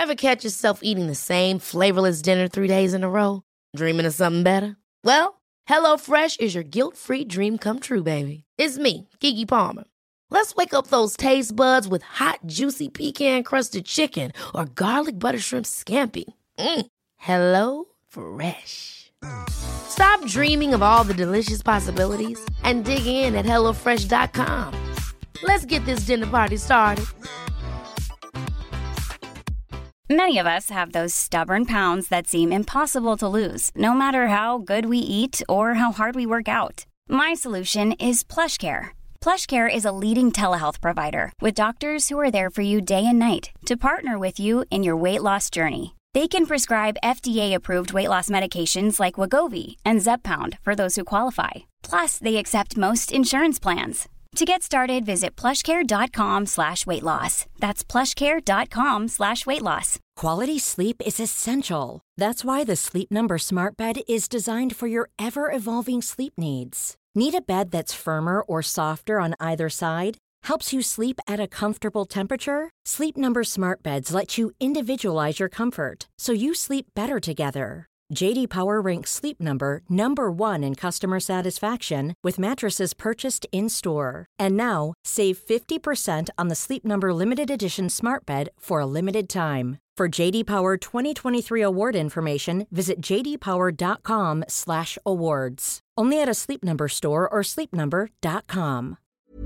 Ever catch yourself eating the same flavorless dinner 3 days in a row? Dreaming of something better? Well, HelloFresh is your guilt-free dream come true, baby. It's me, Keke Palmer. Let's wake up those taste buds with hot, juicy pecan-crusted chicken or garlic butter shrimp scampi. Hello Fresh. Stop dreaming of all the delicious possibilities and dig in at HelloFresh.com. Let's get this dinner party started. Many of us have those stubborn pounds that seem impossible to lose, no matter how good we eat or how hard we work out. My solution is PlushCare. PlushCare is a leading telehealth provider with doctors who are there for you day and night to partner with you in your weight loss journey. They can prescribe FDA-approved weight loss medications like Wegovy and Zepbound for those who qualify. Plus, they accept most insurance plans. To get started, visit plushcare.com/weightloss. That's plushcare.com/weightloss. Quality sleep is essential. That's why the Sleep Number Smart Bed is designed for your ever-evolving sleep needs. Need a bed that's firmer or softer on either side? Helps you sleep at a comfortable temperature? Sleep Number Smart Beds let you individualize your comfort so you sleep better together. J.D. Power ranks Sleep Number #1 in customer satisfaction with mattresses purchased in-store. And now, save 50% on the Sleep Number Limited Edition Smart Bed for a limited time. For J.D. Power 2023 award information, visit jdpower.com/awards. Only at a Sleep Number store or sleepnumber.com.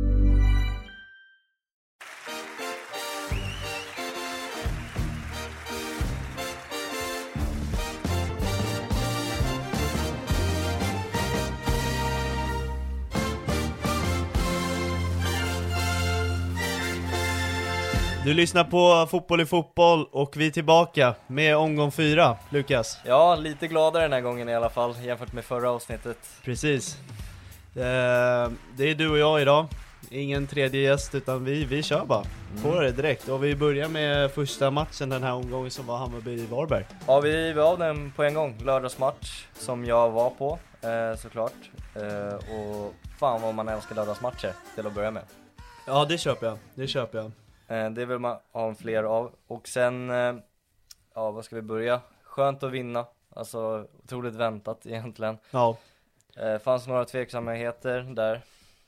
Du lyssnar på Fotboll i fotboll och vi är tillbaka med omgång 4, Lukas. Ja, lite gladare den här gången i alla fall jämfört med förra avsnittet. Precis. Det är du och jag idag. Ingen tredje gäst utan vi kör bara på det direkt. Och vi börjar med första matchen den här omgången som var Hammarby-Varberg. Ja, vi var av den på en gång. Lördagsmatch som jag var på såklart. Och fan vad man älskar lördagsmatcher till att börja med. Ja, det köper jag. Det vill man ha fler av. Och sen, ja vad ska vi börja? Skönt att vinna. Alltså otroligt väntat egentligen. Ja. Fanns några tveksamheter där.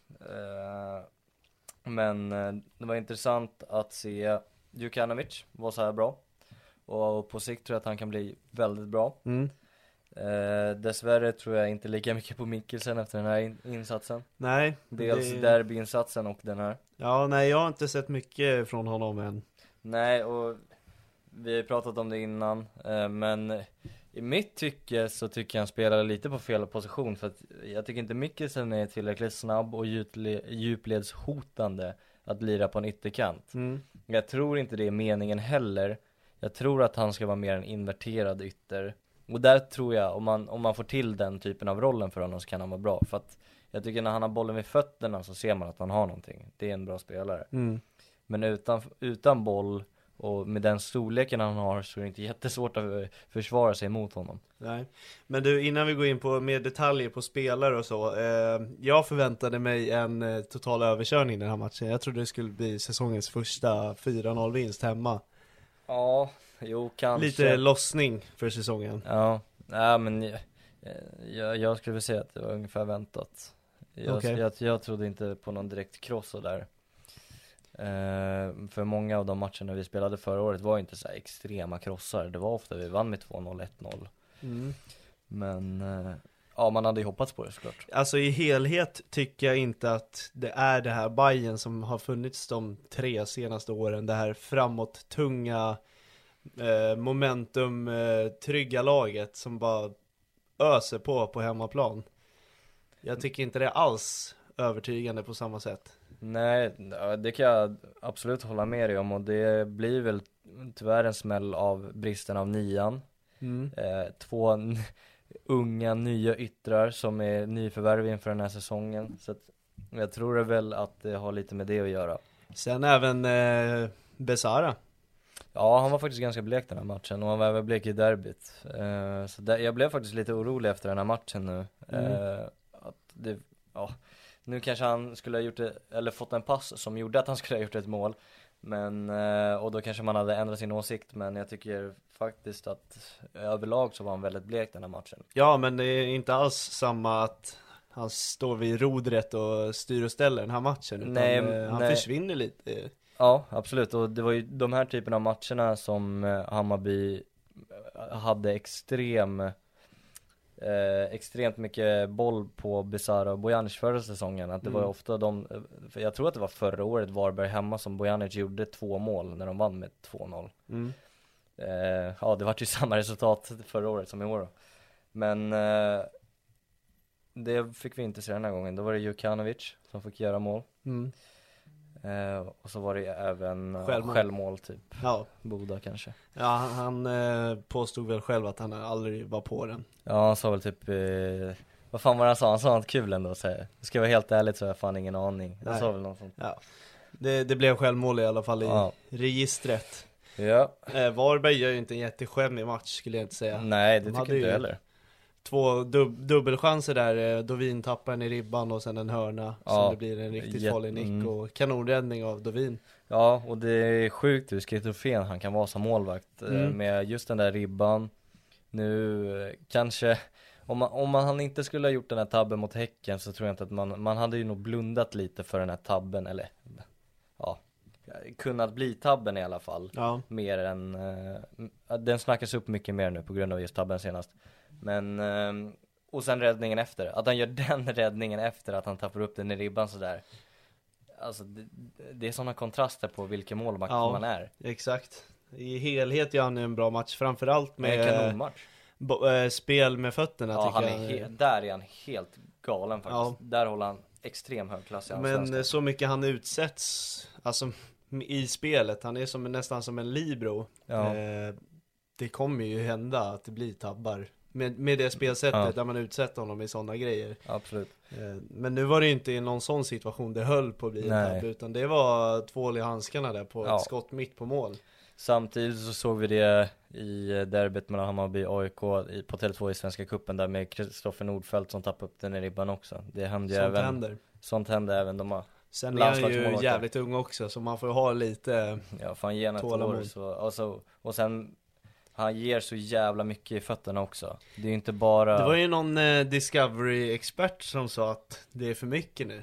Men det var intressant att se Djukanovic var så här bra. Och på sikt tror jag att han kan bli väldigt bra. Dessvärre tror jag inte lika mycket på Mikkelsen efter den här insatsen. Nej. Dels derbyinsatsen och den här. Ja, nej jag har inte sett mycket från honom än. Nej, och vi har pratat om det innan. Men i mitt tycke så tycker jag han spelar lite på fel position. För att jag tycker inte Mikkelsen är tillräckligt snabb och djupledshotande att lira på en ytterkant. Jag tror inte det är meningen heller. Jag tror att han ska vara mer en inverterad ytter. Och där tror jag, om man får till den typen av rollen för honom så kan han vara bra. För att jag tycker när han har bollen vid fötterna så ser man att han har någonting. Det är en bra spelare. Men utan boll och med den storleken han har så är det inte jättesvårt att försvara sig mot honom. Nej. Men du, innan vi går in på mer detaljer på spelare och så. Jag förväntade mig en total överkörning i den här matchen. Jag trodde det skulle bli säsongens första 4-0-vinst hemma. Ja, jo kanske. Lite lossning för säsongen. Ja, men jag skulle väl säga att det var ungefär väntat. Jag trodde inte på någon direkt kross där. För många av de matcherna vi spelade förra året var inte så här extrema krossar. Det var ofta vi vann med 2-0, 1-0. Men ja, man hade ju hoppats på det såklart. Alltså i helhet tycker jag inte att det är det här Bayern som har funnits de 3 senaste åren. Det här framåt tunga momentum trygga laget som bara öser på hemmaplan. Jag tycker inte det är alls övertygande på samma sätt. Nej, det kan jag absolut hålla med dig om. Och det blir väl tyvärr en smäll av bristen av 9. 2 unga nya yttrar som är nyförvärv inför den här säsongen. Så att jag tror det väl att det har lite med det att göra. Sen även Besara. Ja, han var faktiskt ganska blek den här matchen. Och han var även blek i derbyt. Så jag blev faktiskt lite orolig efter den här matchen nu. Nu kanske han skulle ha gjort det, eller fått en pass som gjorde att han skulle ha gjort ett mål. Men, och då kanske man hade ändrat sin åsikt, men jag tycker faktiskt att överlag så var han väldigt blek den här matchen. Ja, men det är inte alls samma att han står vid rodret och styr och ställer den här matchen, utan han försvinner lite. Ja, absolut, och det var ju de här typen av matcherna som Hammarby hade extremt mycket boll på Besara och Bojanic förra säsongen. Att det var ofta jag tror att det var förra året Varberg hemma som Bojanic gjorde 2 mål när de vann med 2-0. Ja, det var ju samma resultat förra året som i år då. Men det fick vi inte se den här gången. Då var det Jukanovic som fick göra mål. Och så var det även självmål typ. Ja. Boda kanske. Ja, han påstod väl själv att han aldrig var på den. Ja, han sa väl typ vad fan var det han sa? Han sa något kul ändå, så här. Ska jag vara helt ärligt så har jag fan ingen aning. Han sa väl något sånt. Ja. Det blev självmål i alla fall i registret. Ja. Varberg gör ju inte en jätteskämmig match, skulle jag inte säga. Nej, det tycker jag inte heller. 2 dubbelchanser där, Dovin tappar den i ribban och sen en hörna, så det blir en riktigt farlig nick och kanonräddning av Dovin. Ja, och det är sjukt hur schizofren han kan vara som målvakt med just den där ribban. Nu kanske om han inte skulle ha gjort den här tabben mot Häcken, så tror jag inte att man hade ju nog blundat lite för den här tabben, eller ja, kunnat bli tabben i alla fall. Ja. Mer än den snackas upp mycket mer nu på grund av just tabben senast. Men och sen räddningen efter, att han gör den räddningen efter att han tappar upp den i ribban sådär. Alltså det är sådana kontraster på vilken målvakt man är. Exakt. I helhet gör han en bra match, framförallt med kanonmatch. Spel med fötterna. Ja, där är han helt galen faktiskt. Ja. Där håller han extrem hög klass i allsvenskan. Men så mycket han utsätts alltså i spelet, han är nästan som en libero. Ja. Det kommer ju hända att det blir tabbar med det spelsättet där man utsätter honom i sådana grejer. Absolut. Men nu var det ju inte i någon sån situation det höll på att bli en tabb, utan det var tvål i handskarna där på ett skott mitt på mål. Samtidigt så såg vi det i derbyt mellan Hammarby och AIK på Tele2 i Svenska Cupen där med Kristoffer Nordfeldt som tappade upp den i ribban också. Det hände ju även. Sånt händer även de har. Sen är han ju jävligt ung också, så man får ha lite fan ge ett år och sen han ger så jävla mycket i fötterna också. Det är inte bara. Det var ju någon Discovery-expert som sa att det är för mycket nu.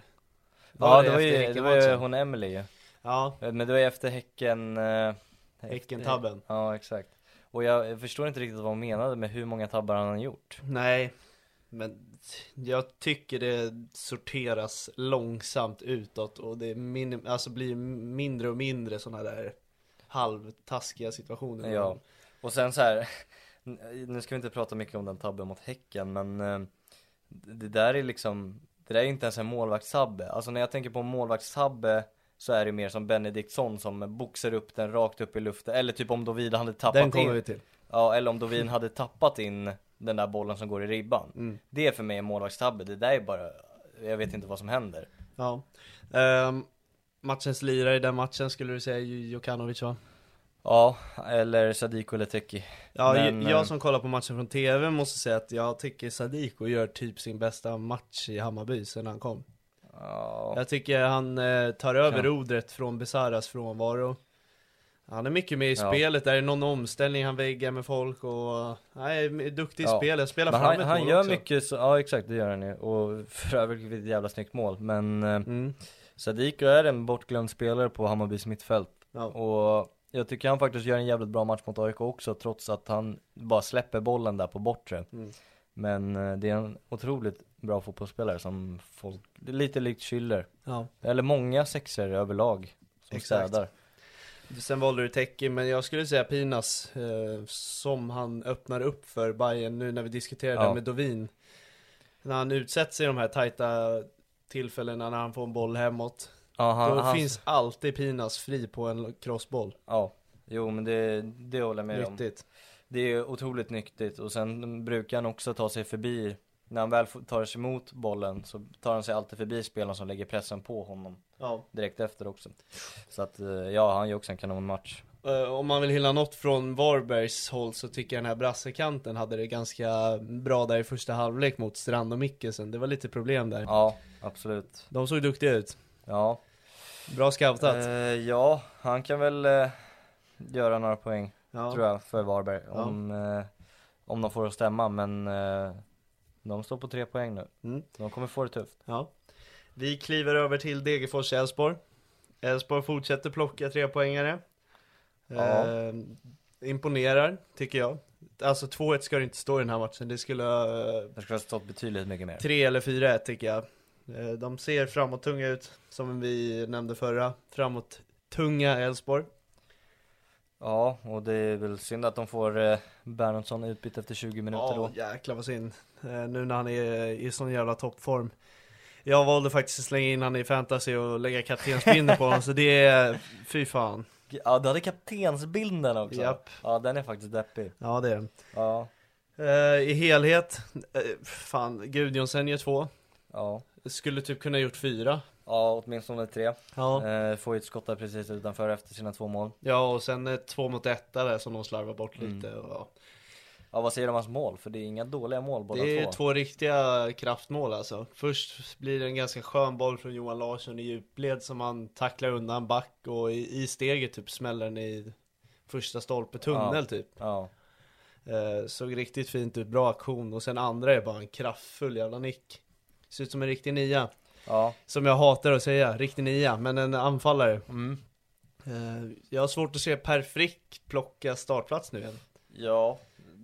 Det var ju hon Emily. Ja. Men det var ju efter Häcken-tabben. Ja, exakt. Och jag förstår inte riktigt vad hon menade med hur många tabbar han har gjort. Nej, men jag tycker det sorteras långsamt utåt och det blir mindre och mindre sådana där halvtaskiga situationer. Ja. Och sen så här, nu ska vi inte prata mycket om den tabben mot Häcken, men det där är inte ens en målvaktstabbe. Alltså när jag tänker på målvaktstabbe så är det mer som Benediktsson som boxar upp den rakt upp i luften. Eller typ om Dovin hade tappat den kommer vi till. Ja, eller om Dovin hade tappat in den där bollen som går i ribban. Det är för mig en målvaktstabbe. Det där är bara, jag vet inte vad som händer. Ja. Matchens lirare i den matchen skulle du säga Jokanovic, va? Ja, eller Sadiko eller Teki. Ja, men jag som kollar på matchen från TV måste säga att jag tycker Sadiko gör typ sin bästa match i Hammarby sedan han kom. Ja. Jag tycker han tar över rodret från Besaras frånvaro. Han är mycket med i spelet. Där är någon omställning, han väggar med folk och är duktig i spelet. Spelar men fram ett mål han gör också. Mycket så, ja exakt, det gör han ju. Och för övrigt ett jävla snyggt mål. Men Sadiko är en bortglömd spelare på Hammarbys mittfält. Ja. Och jag tycker han faktiskt gör en jävligt bra match mot AIK också, trots att han bara släpper bollen där på bortre. Men det är en otroligt bra fotbollsspelare som folk, det är lite likt Schüller. Ja. Eller många sexer överlag som städar. Sen valde du Teki, men jag skulle säga Pinas som han öppnar upp för Bayern nu när vi diskuterade med Dovin. När han utsätts i de här tajta tillfällena när han får en boll hemåt. Då finns alltid Pinas fri på en crossboll. Ja, jo men det håller jag med om. Nyttigt. Det är otroligt nyttigt. Och sen brukar han också ta sig förbi. När han väl tar sig emot bollen så tar han sig alltid förbi spelaren som lägger pressen på honom. Ja. Direkt efter också. Så att han gör också en kanonmatch. Om man vill hylla något från Varbergs håll så tycker jag den här brassekanten hade det ganska bra där i första halvlek mot Strand och Mikkelsen. Det var lite problem där. Ja, absolut. De såg duktiga ut. Ja. Bra scoutat. Ja, han kan väl göra några poäng, tror jag, för Varberg. Om de får att stämma, men de står på 3 poäng nu. De kommer få det tufft. Ja. Vi kliver över till Degerfors Elfsborg. Elfsborg fortsätter plocka 3-poängare. Imponerar, tycker jag. Alltså 2-1 ska det inte stå i den här matchen. Det skulle ha stått betydligt mycket mer. 3 eller 4-1 tycker jag. De ser framåt tunga ut, som vi nämnde förra. Framåt tunga Elfsborg. Ja, och det är väl synd att de får Bernhardsson utbytt efter 20 minuter då. Ja, jäklar vad synd. Nu när han är i sån jävla toppform. Jag valde faktiskt att slänga in han i fantasy och lägga kaptensbindeln på honom, så det är, fy fan. Ja, du hade kaptensbilden också. Japp. Ja, den är faktiskt deppig. Ja, det är den. Ja. I helhet, fan, Gudjonsen gör 2. Ja. Skulle typ kunna gjort 4. Ja, åtminstone 3. Ja. Får ju ett skott där precis utanför efter sina 2 mål. Ja, och sen 2 mot 1 där som de slarvar bort lite. Och, ja, vad säger du om hans mål? För det är inga dåliga mål båda två. Det är 2 riktiga kraftmål alltså. Först blir det en ganska skön boll från Johan Larsson i djupled som han tacklar undan back och i steget typ smäller den i första stolpe tunnel typ. Ja. Såg riktigt fint ut, bra aktion. Och sen andra är bara en kraftfull jävla nick. Ser ut som en riktig 9. Ja. Som jag hatar att säga, riktig 9, men en anfallare. Jag har svårt att se Per Frick plocka startplats nu igen. Ja,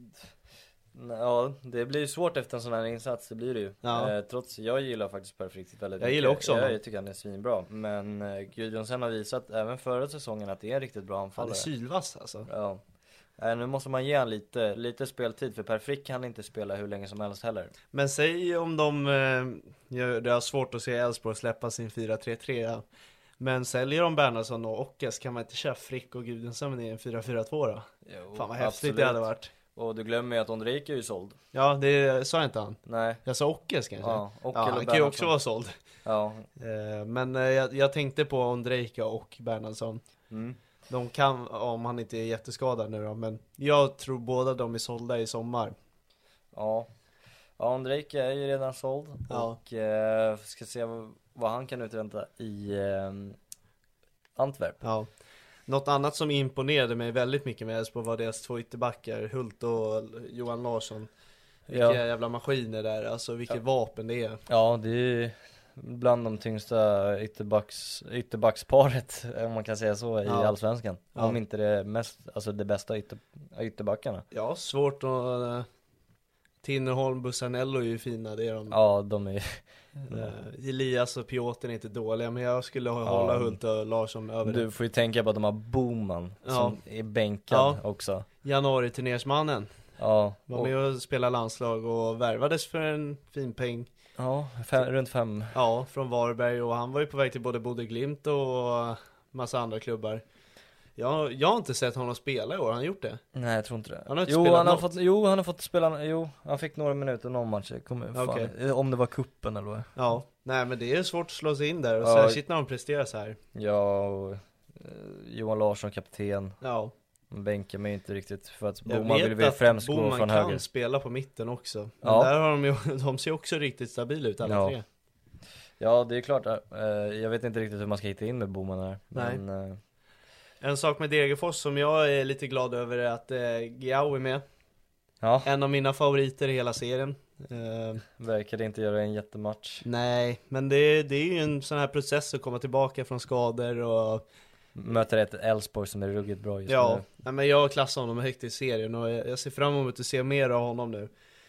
det blir ju svårt efter en sån här insats, det blir det ju. Trots, jag gillar faktiskt Per Frick väldigt mycket. Jag gillar också honom. Jag tycker han är svinbra. Men Gudjonsen har visat även förra säsongen att det är en riktigt bra anfallare. Han är sylvass alltså. Ja. Nu måste man ge han lite speltid, för Per Frick kan inte spela hur länge som helst heller. Men säg om det är svårt att se Elfsborg släppa sin 4-3-3. Men säljer de Bernhardsson och Ockes, kan man inte köra Frick och Gudjonsen i en 4-4-2 då? Jo, fan vad häftigt det hade varit. Och du glömmer ju att Ondrejk är ju såld. Ja, det sa inte han. Nej. Jag sa Ockes kanske. Ja, han kan ju också vara såld. Ja. Men jag tänkte på Ondrejk och Bernhardsson. De kan, om han inte är jätteskadad nu då, men jag tror båda de är sålda i sommar. Ja, Ondrejk är ju redan såld. Ja. Och ska se vad han kan utvänta i Antwerp. Ja. Något annat som imponerade mig väldigt mycket med Elfsborg var deras 2 ytterbackar, Hult och Johan Larsson. Vilka jävla maskiner där, alltså vilket vapen det är. Ja, det är bland de tyngsta ytterbacksparet, om man kan säga så, i Allsvenskan. Om inte det mest, alltså det bästa ytterbackarna. Ja, svårt att... Tinnerholm, Bussanello är ju fina, det är de. Ja, de är... Elias och Piotr är inte dåliga, men jag skulle hålla Hult och Larsson över. Du får ju tänka på att de har Boman som är bänkad också. Januari-turnersmannen. Ja. Var med och spelade landslag och värvades för en fin peng. Ja, runt 5. Ja, från Varberg, och han var ju på väg till både Bodø/Glimt och massa andra klubbar. Jag har inte sett honom spela i år, har han gjort det? Nej, jag tror inte det. Han har inte spelat något. Han har fått spela, han fick några minuter någon match. Om det var kuppen eller vad. Ja, nej men det är svårt att slå sig in där, och särskilt när de presterar så här. Ja, och Johan Larsson kapten. Ja. Bänkar mig inte riktigt, för att Boman vill vi främst gå från höger. Boman kan spela på mitten också. Men där har de ser också riktigt stabila ut alla tre. Ja, det är klart. Jag vet inte riktigt hur man ska hitta in med Boman här. Nej. Men, en sak med Degerfors som jag är lite glad över är att Giao är med. Ja. En av mina favoriter i hela serien. Verkar inte göra en jättematch. Nej, men det är ju en sån här process att komma tillbaka från skador och... Möter ett Elfsborg som är ruggigt bra just nu. Ja, men jag klassar honom högt i serien och jag ser fram emot att se mer av honom nu.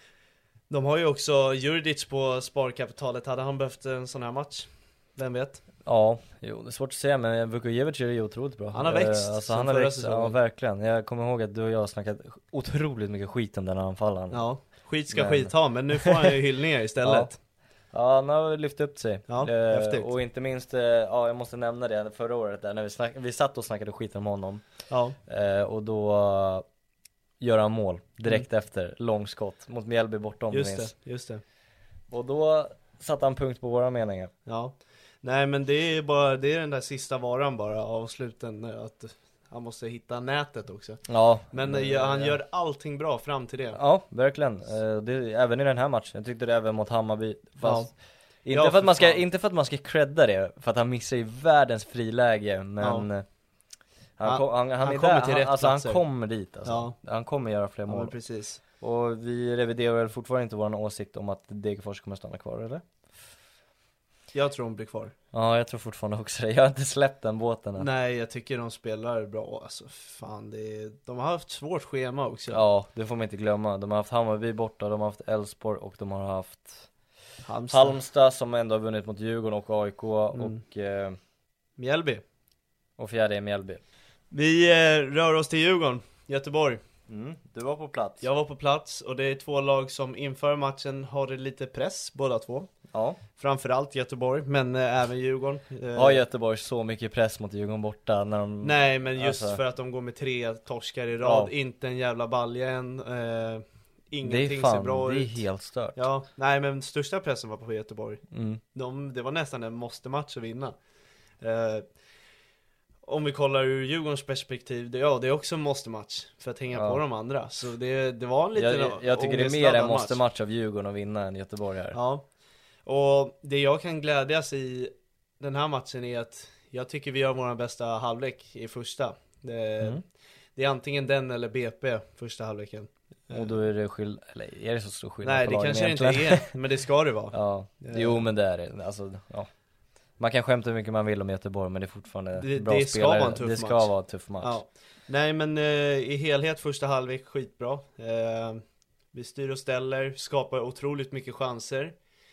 De har ju också Juridic på sparkapitalet. Hade han behövt en sån här match? Vem vet? Ja, jo, det är svårt att säga, men Vukojevic är ju otroligt bra. Han har växt. Alltså, han har växt, ja verkligen. Jag kommer ihåg att du och jag har snackat otroligt mycket skit om den här anfallaren. Ja, skit ska skit ha, men nu får han ju hyllningar istället. Ja, han har lyft upp sig. Ja, och inte minst, jag måste nämna det förra året där, när vi satt och snackade skit om honom. Ja. Och då gör han mål direkt efter långskott mot Mjällby bortom. Just det. Och då satte han punkt på våra meningar. Ja. Nej, men det är den där sista varan bara, avsluten, att han måste hitta nätet också. Ja. Men han gör allting bra fram till det. Ja, verkligen. Även i den här matchen. Jag tyckte det även mot Hammarby. Fast Inte för att man ska credda det, för att han missar ju världens friläge, men han kommer till rätt platser. Han kommer dit alltså. Ja. Han kommer göra fler mål. Precis. Och vi reviderar väl fortfarande inte vår åsikt om att Degerfors kommer stanna kvar, eller? Jag tror de blir kvar. Ja, jag tror fortfarande också det. Jag har inte släppt den båten än. Nej, jag tycker de spelar bra. Alltså, fan, de har haft svårt schema också. Ja, det får man inte glömma. De har haft Hammarby borta, de har haft Elfsborg och de har haft Halmstad som ändå har vunnit mot Djurgården och AIK och Mjällby. Och fjärde är Mjällby. Vi rör oss till Djurgården, Göteborg. Du var på plats. Jag var på plats och det är två lag som inför matchen har det lite press, båda två. Ja. Framförallt Göteborg, men även Djurgården. Har Göteborg så mycket press mot Djurgården borta när de... Nej, men just för att de går med 3 torskar i rad, inte en jävla balja än. Ingenting ser bra ut. Det är helt stört. Ja, nej, men största pressen var på Göteborg. Det var nästan en måste-match att vinna. Om vi kollar ur Djurgårdens perspektiv, det är också en måste-match för att hänga på de andra. Så det var en liten jag tycker det är mer en måste-match av Djurgården att vinna än Göteborg här. Ja, och det jag kan glädjas i den här matchen är att jag tycker vi gör vår bästa halvlek i första. Det är antingen den eller BP första halvleken. Och då är det eller är det så stor skillnad? Nej, det kanske inte är, men det ska det vara. Ja, jo, men det är det. Alltså, ja. Man kan skämta hur mycket man vill om Göteborg, men det är fortfarande bra det spelare. Ska vara en tuff det ska match. Vara en tuff match. Ja. Nej, men i helhet första halvlek skitbra. Vi styr och ställer, skapar otroligt mycket chanser.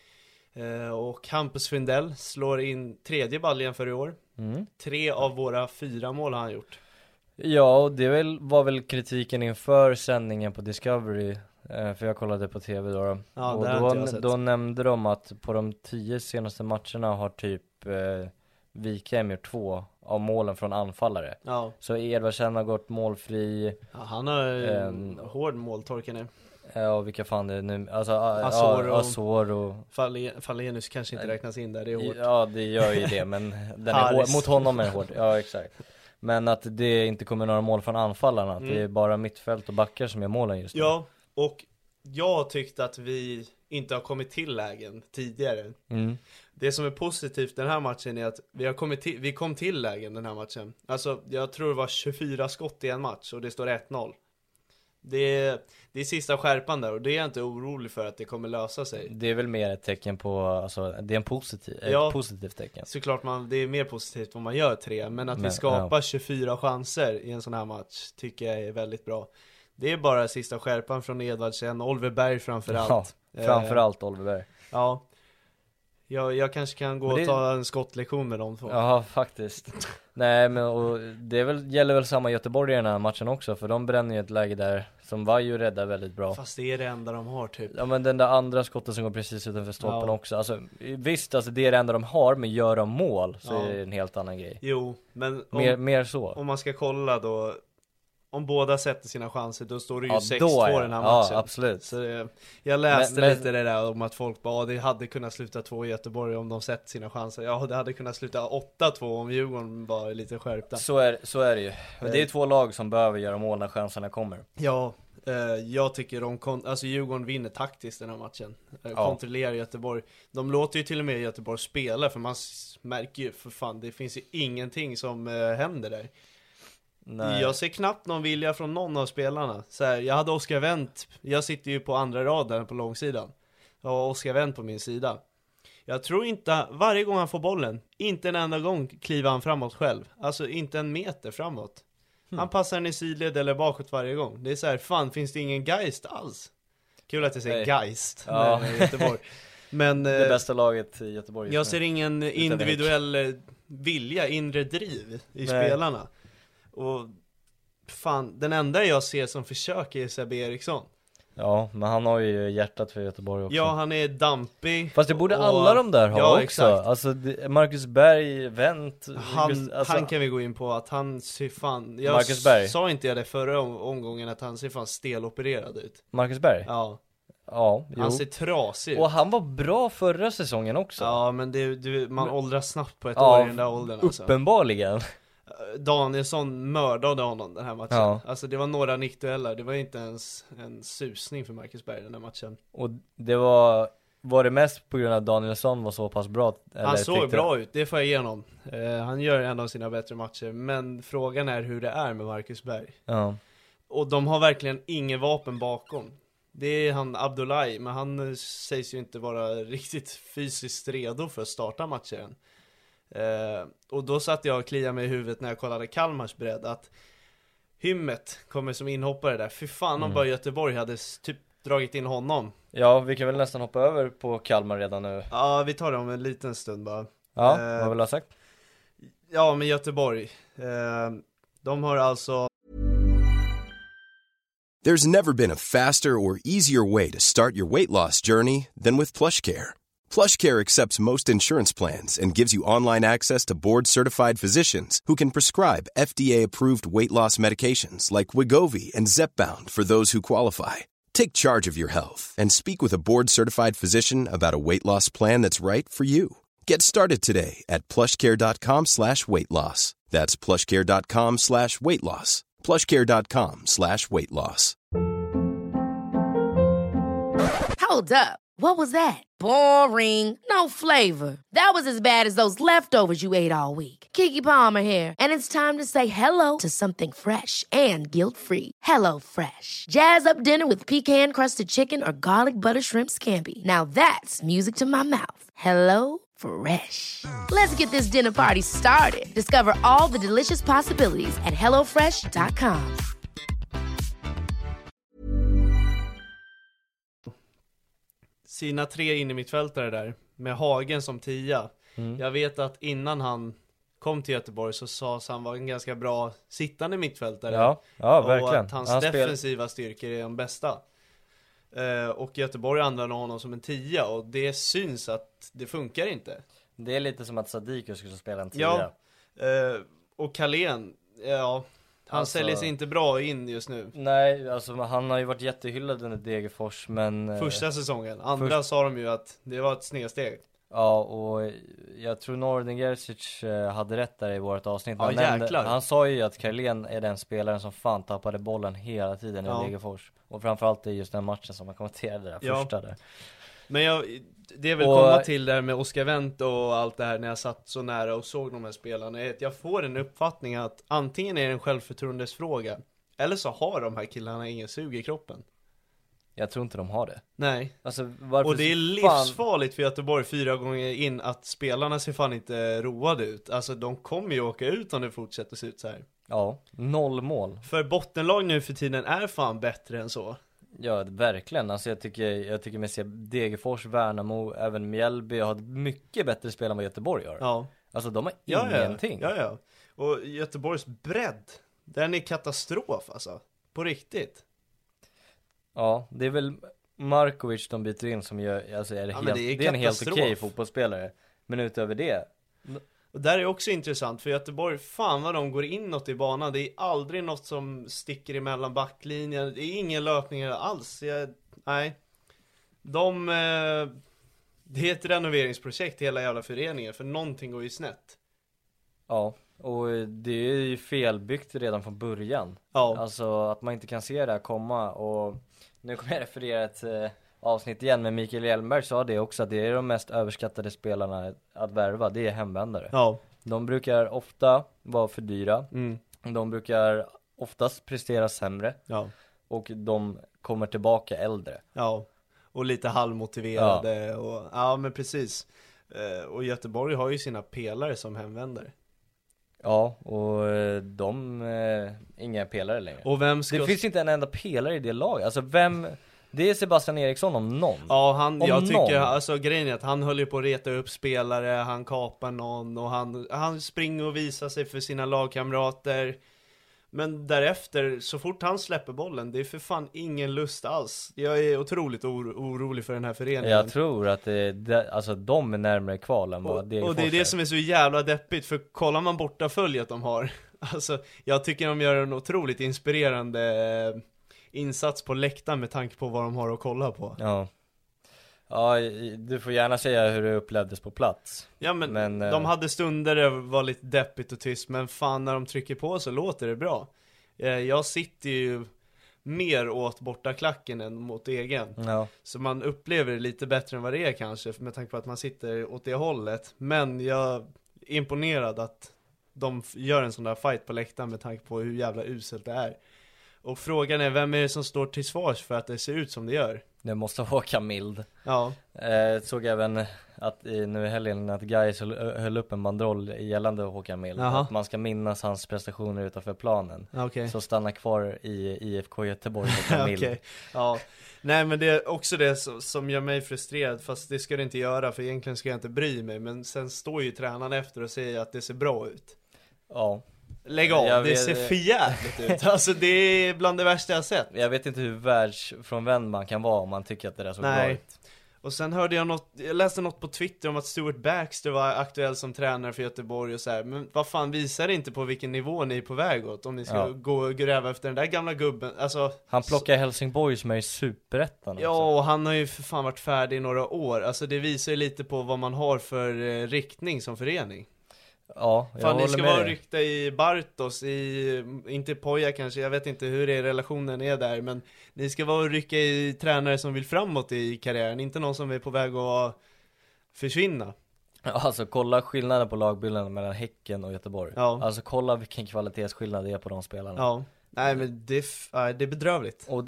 Och Hampus Findell slår in 3:e baljen för i år. 3 av våra 4 mål har han gjort. Ja, och det var väl kritiken inför sändningen på Discovery, för jag kollade på tv då. Ja, och då nämnde de att på de 10 senaste matcherna har typ Wikheim gjort 2 av målen från anfallare. Ja. Så Edvardsen har gått målfri. Ja, han har hård måltorka nu. Ja, vilka fan det är nu. Alltså Azor och Fallenus kanske inte räknas in där, det är hårt. Ja, det gör ju det, men den är hård. Mot honom är det hård. Ja, exakt. Men att det inte kommer några mål från anfallarna, att det är bara mittfält och backar som är målen just nu. Ja, och jag tyckte att vi inte har kommit till lägen tidigare. Det som är positivt den här matchen är att vi kom till lägen den här matchen. Alltså, jag tror det var 24 skott i en match och det står 1-0. Det är sista skärpan där, och det är jag inte orolig för att det kommer lösa sig. Det är väl mer ett tecken på, alltså det är ett positivt tecken. Såklart det är mer positivt om man gör 3, men att vi skapar 24 chanser i en sån här match tycker jag är väldigt bra. Det är bara sista skärpan från Edvardsen, Oliver Berg framförallt. Ja, framförallt Oliver Berg. Ja. Jag kanske kan gå och ta en skottlektion med dem två. Ja, faktiskt. Nej, men och det gäller väl samma Göteborg i den här matchen också, för de bränner ju ett läge där som var ju rädda väldigt bra. Fast det är det enda de har typ. Ja, men den där andra skottet som går precis utanför stolpen också. Alltså, visst, alltså det är det enda de har, men gör de mål så är det en helt annan grej. Jo, men mer så. Om man ska kolla då, om båda sätter sina chanser, då står det ju 6-2 den här matchen. Ja, absolut. Så jag läste lite det där om att folk bara, det hade kunnat sluta 2 i Göteborg om de sett sina chanser. Ja, det hade kunnat sluta 8-2 om Djurgården var lite skärpta. Så är det ju. Det är 2 lag som behöver göra mål när chanserna kommer. Ja, jag tycker alltså Djurgården vinner taktiskt den här matchen. Kontrollerar Göteborg. De låter ju till och med Göteborg spela, för man märker ju för fan, det finns ju ingenting som händer där. Nej. Jag ser knappt någon vilja från någon av spelarna. Så här, jag hade Oskar Wendt. Jag sitter ju på andra raden på långsidan. Jag har Oskar Wendt på min sida. Jag tror inte, varje gång han får bollen, inte en enda gång kliver han framåt själv. Alltså inte en meter framåt. Han passar den i sidled eller bakåt varje gång. Det är så här, fan, finns det ingen geist alls? Kul att jag säger geist med Göteborg. Men det bästa laget i Göteborg. Jag ser ingen individuell vilja, inre driv i spelarna. Och fan, den enda jag ser som försöker är Sebbe Eriksson. Ja, men han har ju hjärtat för Göteborg också. Ja, han är dampig. Fast det borde alla de där ha också. Exakt. Alltså Marcus Berg, Wendt, han kan vi gå in på att han ser fan. Marcus Berg. Sa inte jag det förra omgången att han ser fan stelopererad ut. Marcus Berg? Ja. Ja, han ser trasig ut. Och han var bra förra säsongen också. Ja, men man åldras snabbt på ett år i den där åldern alltså. Uppenbarligen. Danielsson mördade honom den här matchen. Ja. Alltså det var några nickdueller. Det var inte ens en susning för Marcus Berg den här matchen. Och det var var det mest på grund av att Danielsson var så pass bra? Eller han såg bra ut, det får jag igenom. Han gör en av sina bättre matcher. Men frågan är hur det är med Marcus Berg. Ja. Och de har verkligen ingen vapen bakom. Det är han Abdullahi, men han sägs ju inte vara riktigt fysiskt redo för att starta matchen. Och då satt jag och kliade mig i huvudet när jag kollade Kalmars bredd att Hymmet kommer som inhoppare där. Fy fan om bara Göteborg hade typ dragit in honom. Ja, vi kan väl nästan hoppa över på Kalmar redan nu. Ja, vi tar det om en liten stund bara. Ja, vad vill du ha sagt? Ja, men Göteborg. De har alltså... There's never been a faster or easier way to start your weight loss journey than with PlushCare. PlushCare accepts most insurance plans and gives you online access to board-certified physicians who can prescribe FDA-approved weight loss medications like Wegovy and Zepbound for those who qualify. Take charge of your health and speak with a board-certified physician about a weight loss plan that's right for you. Get started today at plushcare.com/weightloss. That's plushcare.com/weightloss. plushcare.com/weightloss. Hold up. What was that? Boring. No flavor. That was as bad as those leftovers you ate all week. Keke Palmer here, and it's time to say hello to something fresh and guilt-free. Hello Fresh. Jazz up dinner with pecan-crusted chicken or garlic butter shrimp scampi. Now that's music to my mouth. Hello Fresh. Let's get this dinner party started. Discover all the delicious possibilities at hellofresh.com. Sina 3 in i mittfältare där med Hagen som 10. Jag vet att innan han kom till Göteborg så sades han var en ganska bra sittande mittfältare. Ja, verkligen. Och att hans defensiva styrkor är de bästa. Och Göteborg använder honom som en 10 och det syns att det funkar inte. Det är lite som att Sadiku skulle spela en 10. Ja, och Carlén, han säljer sig inte bra in just nu. Nej, alltså han har ju varit jättehyllad under Degerfors, men... Första säsongen, andra sa de ju att det var ett snedsteg. Ja, och jag tror Nordin Gerzic hade rätt där i vårt avsnitt. Han sa ju att Carlén är den spelaren som fan tappade bollen hela tiden i Degerfors. Och framförallt i just den matchen som man kommenterade där, första där. Men det vill komma till där med Oscar Wendt och allt det här när jag satt så nära och såg de här spelarna. Jag får en uppfattning att antingen är det en självförtroendesfråga eller så har de här killarna ingen sug i kroppen. Jag tror inte de har det. Nej. Alltså, och det är livsfarligt för Göteborg 4 gånger in att spelarna ser fan inte roade ut. Alltså de kommer ju åka ut om det fortsätter se ut så här. Ja, 0 mål. För bottenlag nu för tiden är fan bättre än så. Ja, verkligen. Alltså jag tycker med se Degerfors, Värnamo, även Mjällby har mycket bättre spel än vad Göteborg har. Ja. Alltså de har ingenting. Ja. Och Göteborgs bredd, den är katastrof alltså. På riktigt. Ja, det är väl Markovic de byter in som gör, alltså är det är en helt okej fotbollsspelare. Men utöver det. Och där är också intressant för Göteborg, fan vad de går inåt i banan. Det är aldrig något som sticker emellan backlinjen. Det är ingen löpning alls. Nej. Det är ett renoveringsprojekt hela jävla föreningen. För någonting går ju snett. Ja, och det är ju felbyggt redan från början. Ja. Alltså att man inte kan se det här komma. Och nu kommer jag referera ett avsnitt igen med Mikael Hjelmberg sa det också, att det är de mest överskattade spelarna att värva, det är hemvändare. Ja. De brukar ofta vara för dyra. De brukar oftast prestera sämre. Ja. Och de kommer tillbaka äldre. Ja, och lite halvmotiverade. Ja, ja men precis. Och Göteborg har ju sina pelare som hemvändare. Ja, och inga pelare längre. Och det finns inte en enda pelare i det laget. Alltså det är Sebastian Eriksson om någon. Ja, jag tycker, alltså grejen är att han höll ju på att reta upp spelare, han kapar någon och han springer och visar sig för sina lagkamrater. Men därefter, så fort han släpper bollen, det är för fan ingen lust alls. Jag är otroligt orolig för den här föreningen. Jag tror att alltså de är närmare kval än vad och det är det som är så jävla deppigt, för kollar man borta följet de har. Alltså, jag tycker de gör en otroligt inspirerande insats på läktaren med tanke på vad de har att kolla på. Ja. Ja, du får gärna säga hur det upplevdes på plats. Ja, men de hade stunder där det var lite deppigt och tyst, men fan när de trycker på så låter det bra. Jag sitter ju mer åt bortaklacken än mot egen. Ja. Så man upplever det lite bättre än vad det är kanske, med tanke på att man sitter åt det hållet. Men jag är imponerad att de gör en sån där fight på läktaren med tanke på hur jävla uselt det är. Och frågan är, vem är det som står till svars för att det ser ut som det gör? Det måste vara Mild. Ja. Såg även att nu i helgen att Gais höll upp en banderoll gällande Håkan Mild. Att man ska minnas hans prestationer utanför planen. Okay. Så stanna kvar i IFK Göteborg Håkan Mild. Okay. Ja. Nej, men det är också det som gör mig frustrerad. Fast det ska det inte göra, för egentligen ska jag inte bry mig. Men sen står ju tränaren efter och säger att det ser bra ut. Ja. Lägg av, det ser för jävligt ut. Alltså det är bland det värsta jag sett. Jag vet inte hur världsfrånvänd man kan vara om man tycker att det där såg bra ut. Och sen hörde jag jag läste något på Twitter om att Stuart Baxter var aktuell som tränare för Göteborg och så här. Men vad fan, visar det inte på vilken nivå ni är på väg åt? Om ni ska gå och gräva efter den där gamla gubben. Alltså, han plockar Helsingborg som är i superettan. Ja, och han har ju för fan varit färdig i några år. Alltså det visar ju lite på vad man har för riktning som förening. Ja, jag fan, ni ska vara rykta i Bartos, inte Poja kanske, jag vet inte hur relationen är där, men ni ska vara och rycka i tränare som vill framåt i karriären, inte någon som är på väg att försvinna. Alltså kolla skillnaden på lagbilden mellan Häcken och Göteborg. Ja. Alltså kolla vilken kvalitetsskillnad det är på de spelarna. Ja. Nej, men det är bedrövligt. Och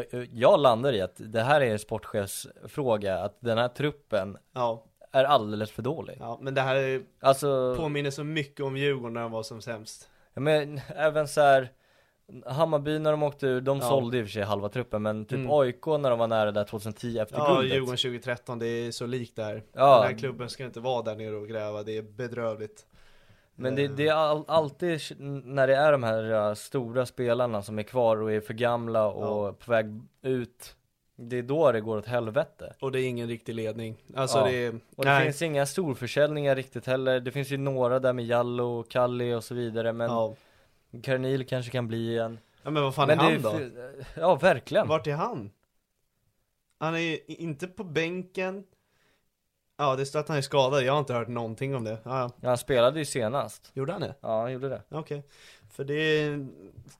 jag landar i att det här är en sportchefsfråga, att den här truppen är alldeles för dålig. Ja, men det här påminner så mycket om Djurgården när de var som sämst. Ja, men även så här Hammarby när de åkte ur, de sålde i och för sig halva truppen, men typ AIK när de var nära där 2010 efter guldet. Ja, Djurgården 2013, det är så likt där. Den här klubben ska inte vara där nere och gräva, det är bedrövligt. Men det är alltid när det är de här stora spelarna som är kvar och är för gamla och på väg ut, det är då det går åt helvete. Och det är ingen riktig ledning. Alltså det finns inga storförsäljningar riktigt heller. Det finns ju några där med Jallo och Kalli och så vidare, men Karnil kanske kan bli en. Ja, men vad fan är han då? Ja, verkligen. Vart är han? Han är inte på bänken. Ja, det står att han är skadad. Jag har inte hört någonting om det. Ja, han spelade ju senast. Gjorde han det? Ja, han gjorde det. Okej. För det är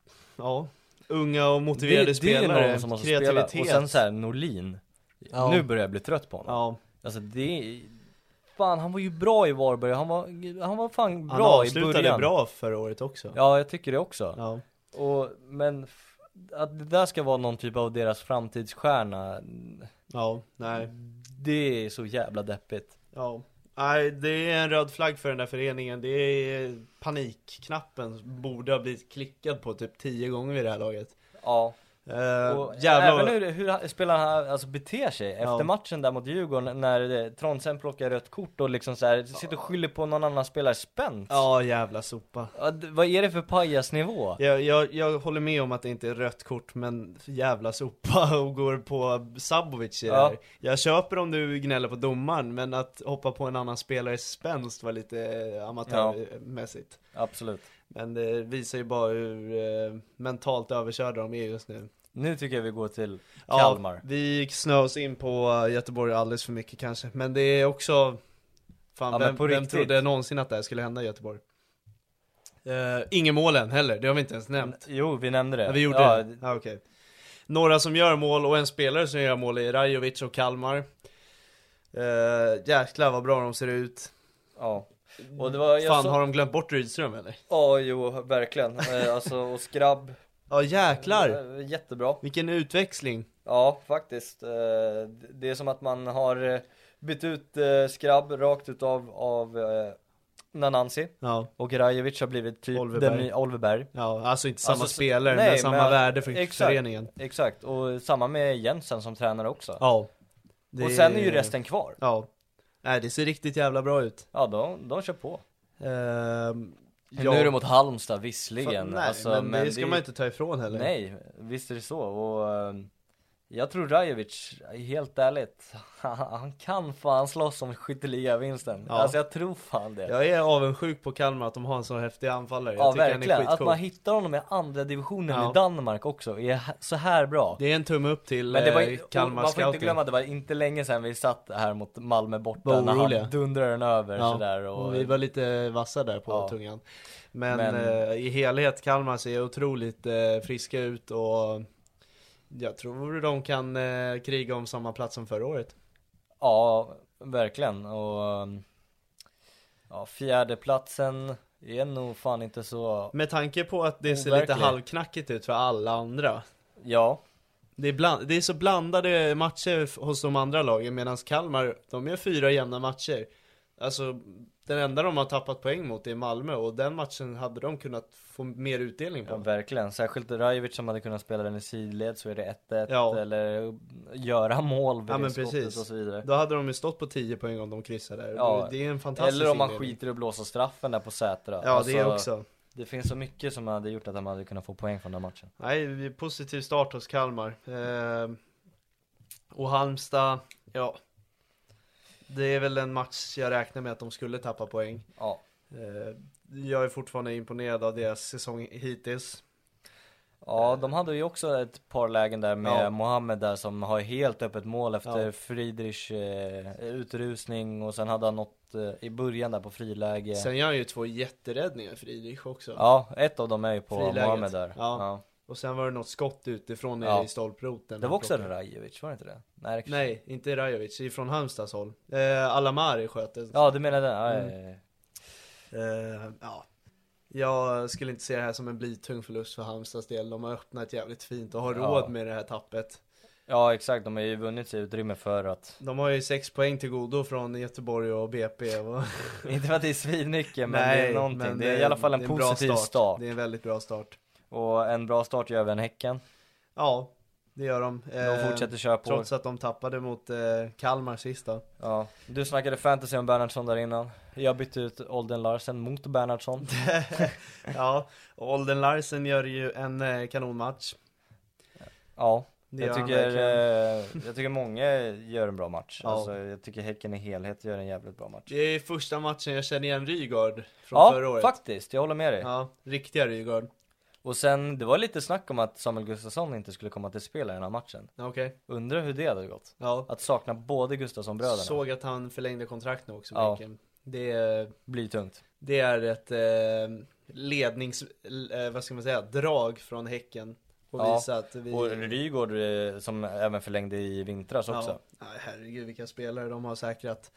unga och motiverade spelare. Det är någon som måste kreativitet. Spela. Och sen så här Norlin. Nu börjar jag bli trött på honom. Ja. Alltså fan, han var ju bra i Varberg. Han var fan bra i början. Han avslutade bra förra året också. Ja, jag tycker det också. Ja. Men att det där ska vara någon typ av deras framtidsstjärna. Ja, nej. Det är så jävla deppigt. Ja. Nej, det är en röd flagg för den där föreningen. Det är panikknappen borde ha blivit klickad på typ 10 gånger vid det här laget. Ja. Även hur spelarna alltså beter sig efter matchen där mot Djurgården, när Trondsen plockar rött kort och liksom så här sitter och skyller på någon annan spelare spänt. Ja, jävla sopa. Vad är det för pajasnivå? Jag håller med om att det inte är rött kort, men jävla sopa och går på Sabovic i det här. Jag köper om du gnäller på domaren, men att hoppa på en annan spelare spänst var lite amatörmässigt. Absolut. Men det visar ju bara hur mentalt överkörda de är just nu. Nu tycker jag vi går till Kalmar. Ja, vi snös in på Göteborg alldeles för mycket kanske. Men det är också vem trodde någonsin att det här skulle hända i Göteborg? Ingen målen heller, det har vi inte ens nämnt. Jo, vi nämnde det. Ja, vi gjorde det. Ja, okej. Några som gör mål och en spelare som gör mål är Rajovic och Kalmar. Jäklar vad bra de ser ut. Ja. Och det var, har de glömt bort Rydström eller? Ja, jo, verkligen. Alltså, och Skrabb. Ja, jäklar. Jättebra. Vilken utväxling. Ja, faktiskt. Det är som att man har bytt ut Skrabb rakt utav Nanansi. Ja. Och Rajovic har blivit typ Olveberg. Ja, alltså inte samma spelare, men samma värde för föreningen. Exakt, och samma med Jensen som tränare också. Ja. Och sen är ju resten kvar. Ja. Nej, det ser riktigt jävla bra ut. Ja, de kör på. Nu är det mot Halmstad, visserligen. Nej, alltså, men det ska man inte ta ifrån heller. Nej, visst är det så. Och jag tror Rajovic, helt ärligt, han kan fan slåss om skytteligavinsten. Ja. Alltså jag tror fan det. Jag är avundsjuk på Kalmar att de har en så häftig anfallare. Ja, verkligen. Att man hittar honom i andra divisionen i Danmark också är så här bra. Det är en tumme upp till Kalmar. Man får inte glömma att det var inte länge sedan vi satt här mot Malmö borta när han dundrade den över sådär. Och vi var lite vassa där på tungan. Men i helhet Kalmar ser otroligt friska ut och Jag tror de kan kriga om samma plats som förra året. Ja, verkligen. Och ja, fjärdeplatsen är nog fan inte så... Med tanke på att det ser overklig. lite halvknackigt ut för alla andra. Ja, Det är så blandade matcher hos de andra lagen, medan Kalmar, de är 4 jämna matcher. Alltså, den enda de har tappat poäng mot är Malmö, och den matchen hade de kunnat få mer utdelning på. ja, verkligen. Särskilt Rajovic som hade kunnat spela den i sidled, så är det 1-1 Ja. eller göra mål vid Ja, det men skottet precis. och så vidare. Då hade de ju stått på 10 poäng om de kryssar där. Ja. Det är en fantastisk Eller om man inledning. skiter i att blåsa straffen där på Sätra. Ja, det också. Det finns så mycket som hade gjort att de hade kunnat få poäng från den matchen. Nej, positiv start hos Kalmar. Och Halmstad, ja. Det är väl en match jag räknar med att de skulle tappa poäng. Ja. Jag är fortfarande imponerad av deras säsong hittills. Ja, de hade ju också ett par lägen där med Ja. Mohamed där som har helt öppet mål efter Ja. Friedrichs utrusning, och sen hade han något i början där på friläge. Sen gör han ju 2 jätteräddningar, Friedrich också. Ja, ett av dem är ju på Friläget. Mohamed där. Ja. Och sen var det något skott utifrån Ja. i stolproten. Det var också Rajovic, var det inte det? Nej, det... Nej, inte Rajovic, ifrån Halmstads håll. Alamari sköt det. Ja, du menar det? Ja. Ja. Jag skulle inte se det här som en blytung förlust för Halmstads del. De har öppnat jävligt fint och har Ja. råd med det här tappet. Ja, exakt. De har ju vunnit sig utrymme för att... De har ju 6 poäng till godo från Göteborg och BP. Och... Inte för att det är svinmycket, men det är någonting. men Det är i alla fall en det är bra positiv start. Det är en väldigt bra start. Och en bra start gör även Häcken. Ja, det gör de. De fortsätter köra på. Trots att de tappade mot Kalmar sist då. Ja, du snackade fantasy om Bernhardsson där innan. Jag bytte ut Olden Larsen mot Bernhardsson. Ja, och Olden Larsen gör ju en kanonmatch. Ja, Det jag gör han tycker, verkligen. jag tycker många gör en bör match. Ja. Alltså, jag tycker Häcken i helhet gör en jävligt bra match. Det är första matchen jag känner igen Rygaard från förra Ja, året. faktiskt. Jag håller med dig. Ja, riktiga Rygaard. Och sen, det var lite snack om att Samuel Gustafsson inte skulle komma till spel i den här matchen. Okej. Undrar hur det hade gått. Ja. Att sakna både Gustafsson-bröderna. Såg att han förlängde kontrakt nu också. Ja. Bänken. Blir tungt. Det är ett vad ska man säga, drag från Häcken. Och Ja, visa att vi... Och Rygaard som även förlängde i vintras också. Ja, herregud vilka spelare de har säkrat.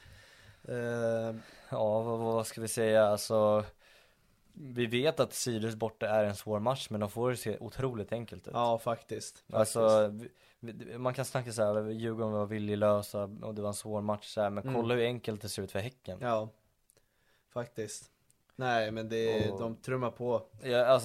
Ja, vad ska vi säga? Alltså, vi vet att Sirius borta är en svår match, men de får det se otroligt enkelt ut. Ja, faktiskt. Alltså, man kan snacka så här, Djurgården var viljelösa och det var en svår match så här, men kolla hur enkelt det ser ut för Häcken. Ja, faktiskt. Nej, men de trummar på. Ja, alltså,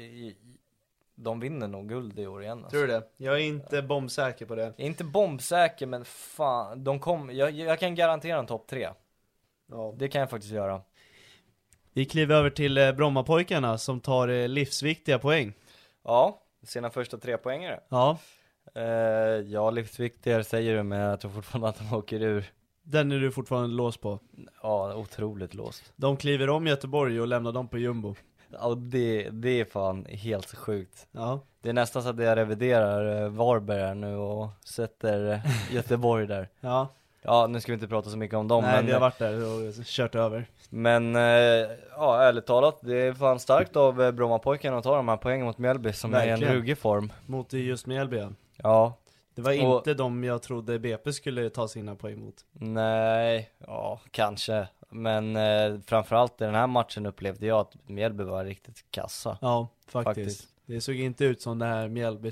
de vinner nog guld i år igen. Alltså. Tror du det? Jag är inte bombsäker på det. Jag är inte bombsäker, men fan, jag kan garantera en topp 3. Ja. Det kan jag faktiskt göra. Vi kliver över till Brommapojkarna som tar livsviktiga poäng. Ja, sina första 3 poängare. Ja, Ja, livsviktigare säger du, men jag tror fortfarande att de åker ur. den är du fortfarande låst på. Ja, otroligt låst. De kliver om Göteborg och lämnar dem på jumbo. Ja, det är fan helt sjukt. Ja, Det är nästan så att jag reviderar Varberg här nu och sätter Göteborg där. ja. Ja, nu ska vi inte prata så mycket om dem. Nej, men vi har varit där och kört över. Men ja, ärligt talat, det är fan starkt av Brommapojkarna att ta de här poängen mot Mjällby som är i en Verkligen. ruggig form. Mot just Mjällby. Ja, Det var Och- inte de jag trodde BP skulle ta sina poäng mot. nej, ja, kanske. Men framförallt i den här matchen upplevde jag att Mjällby var riktigt kassa. Ja, faktiskt. Faktiskt. Det såg inte ut som det här Mjällby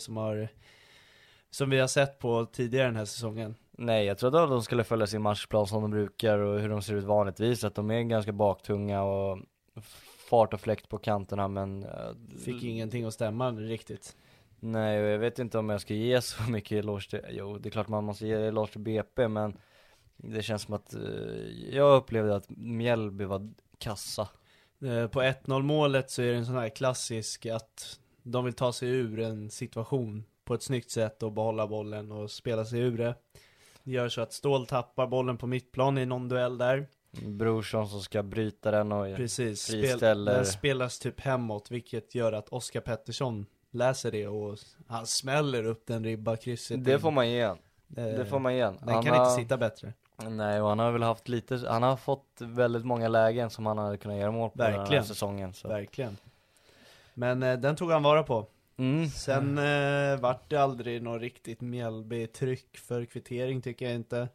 som vi har sett på tidigare den här säsongen. Nej, jag trodde att de skulle följa sin matchplan som de brukar och hur de ser ut vanligtvis. Att de är ganska baktunga och fart och fläkt på kanterna, men Fick ingenting att stämma riktigt. nej, och jag vet inte om jag ska ge så mycket eloge till, jo, det är klart man måste ge eloge till BP, men det känns som att jag upplevde att Mjällby var kassa. På 1-0 målet så är det en sån här klassisk att de vill ta sig ur en situation på ett snyggt sätt och behålla bollen och spela sig ur det. Det gör så att Ståhl tappar bollen på mittplan i någon duell där. Brorsson som ska bryta den och Precis, friställer. den spelas typ hemåt, vilket gör att Oskar Pettersson läser det och han smäller upp den ribba krysset. Det får man ge han. Eh, Det får man ge han. Den Han kan har- inte sitta bättre. Nej, och han har väl haft lite, han har fått väldigt många lägen som han hade kunnat göra mål på den här Verkligen. säsongen. Så. Verkligen. Men den tog han vara på. Sen vart det aldrig något riktigt Mjällby-tryck för kvittering tycker jag inte.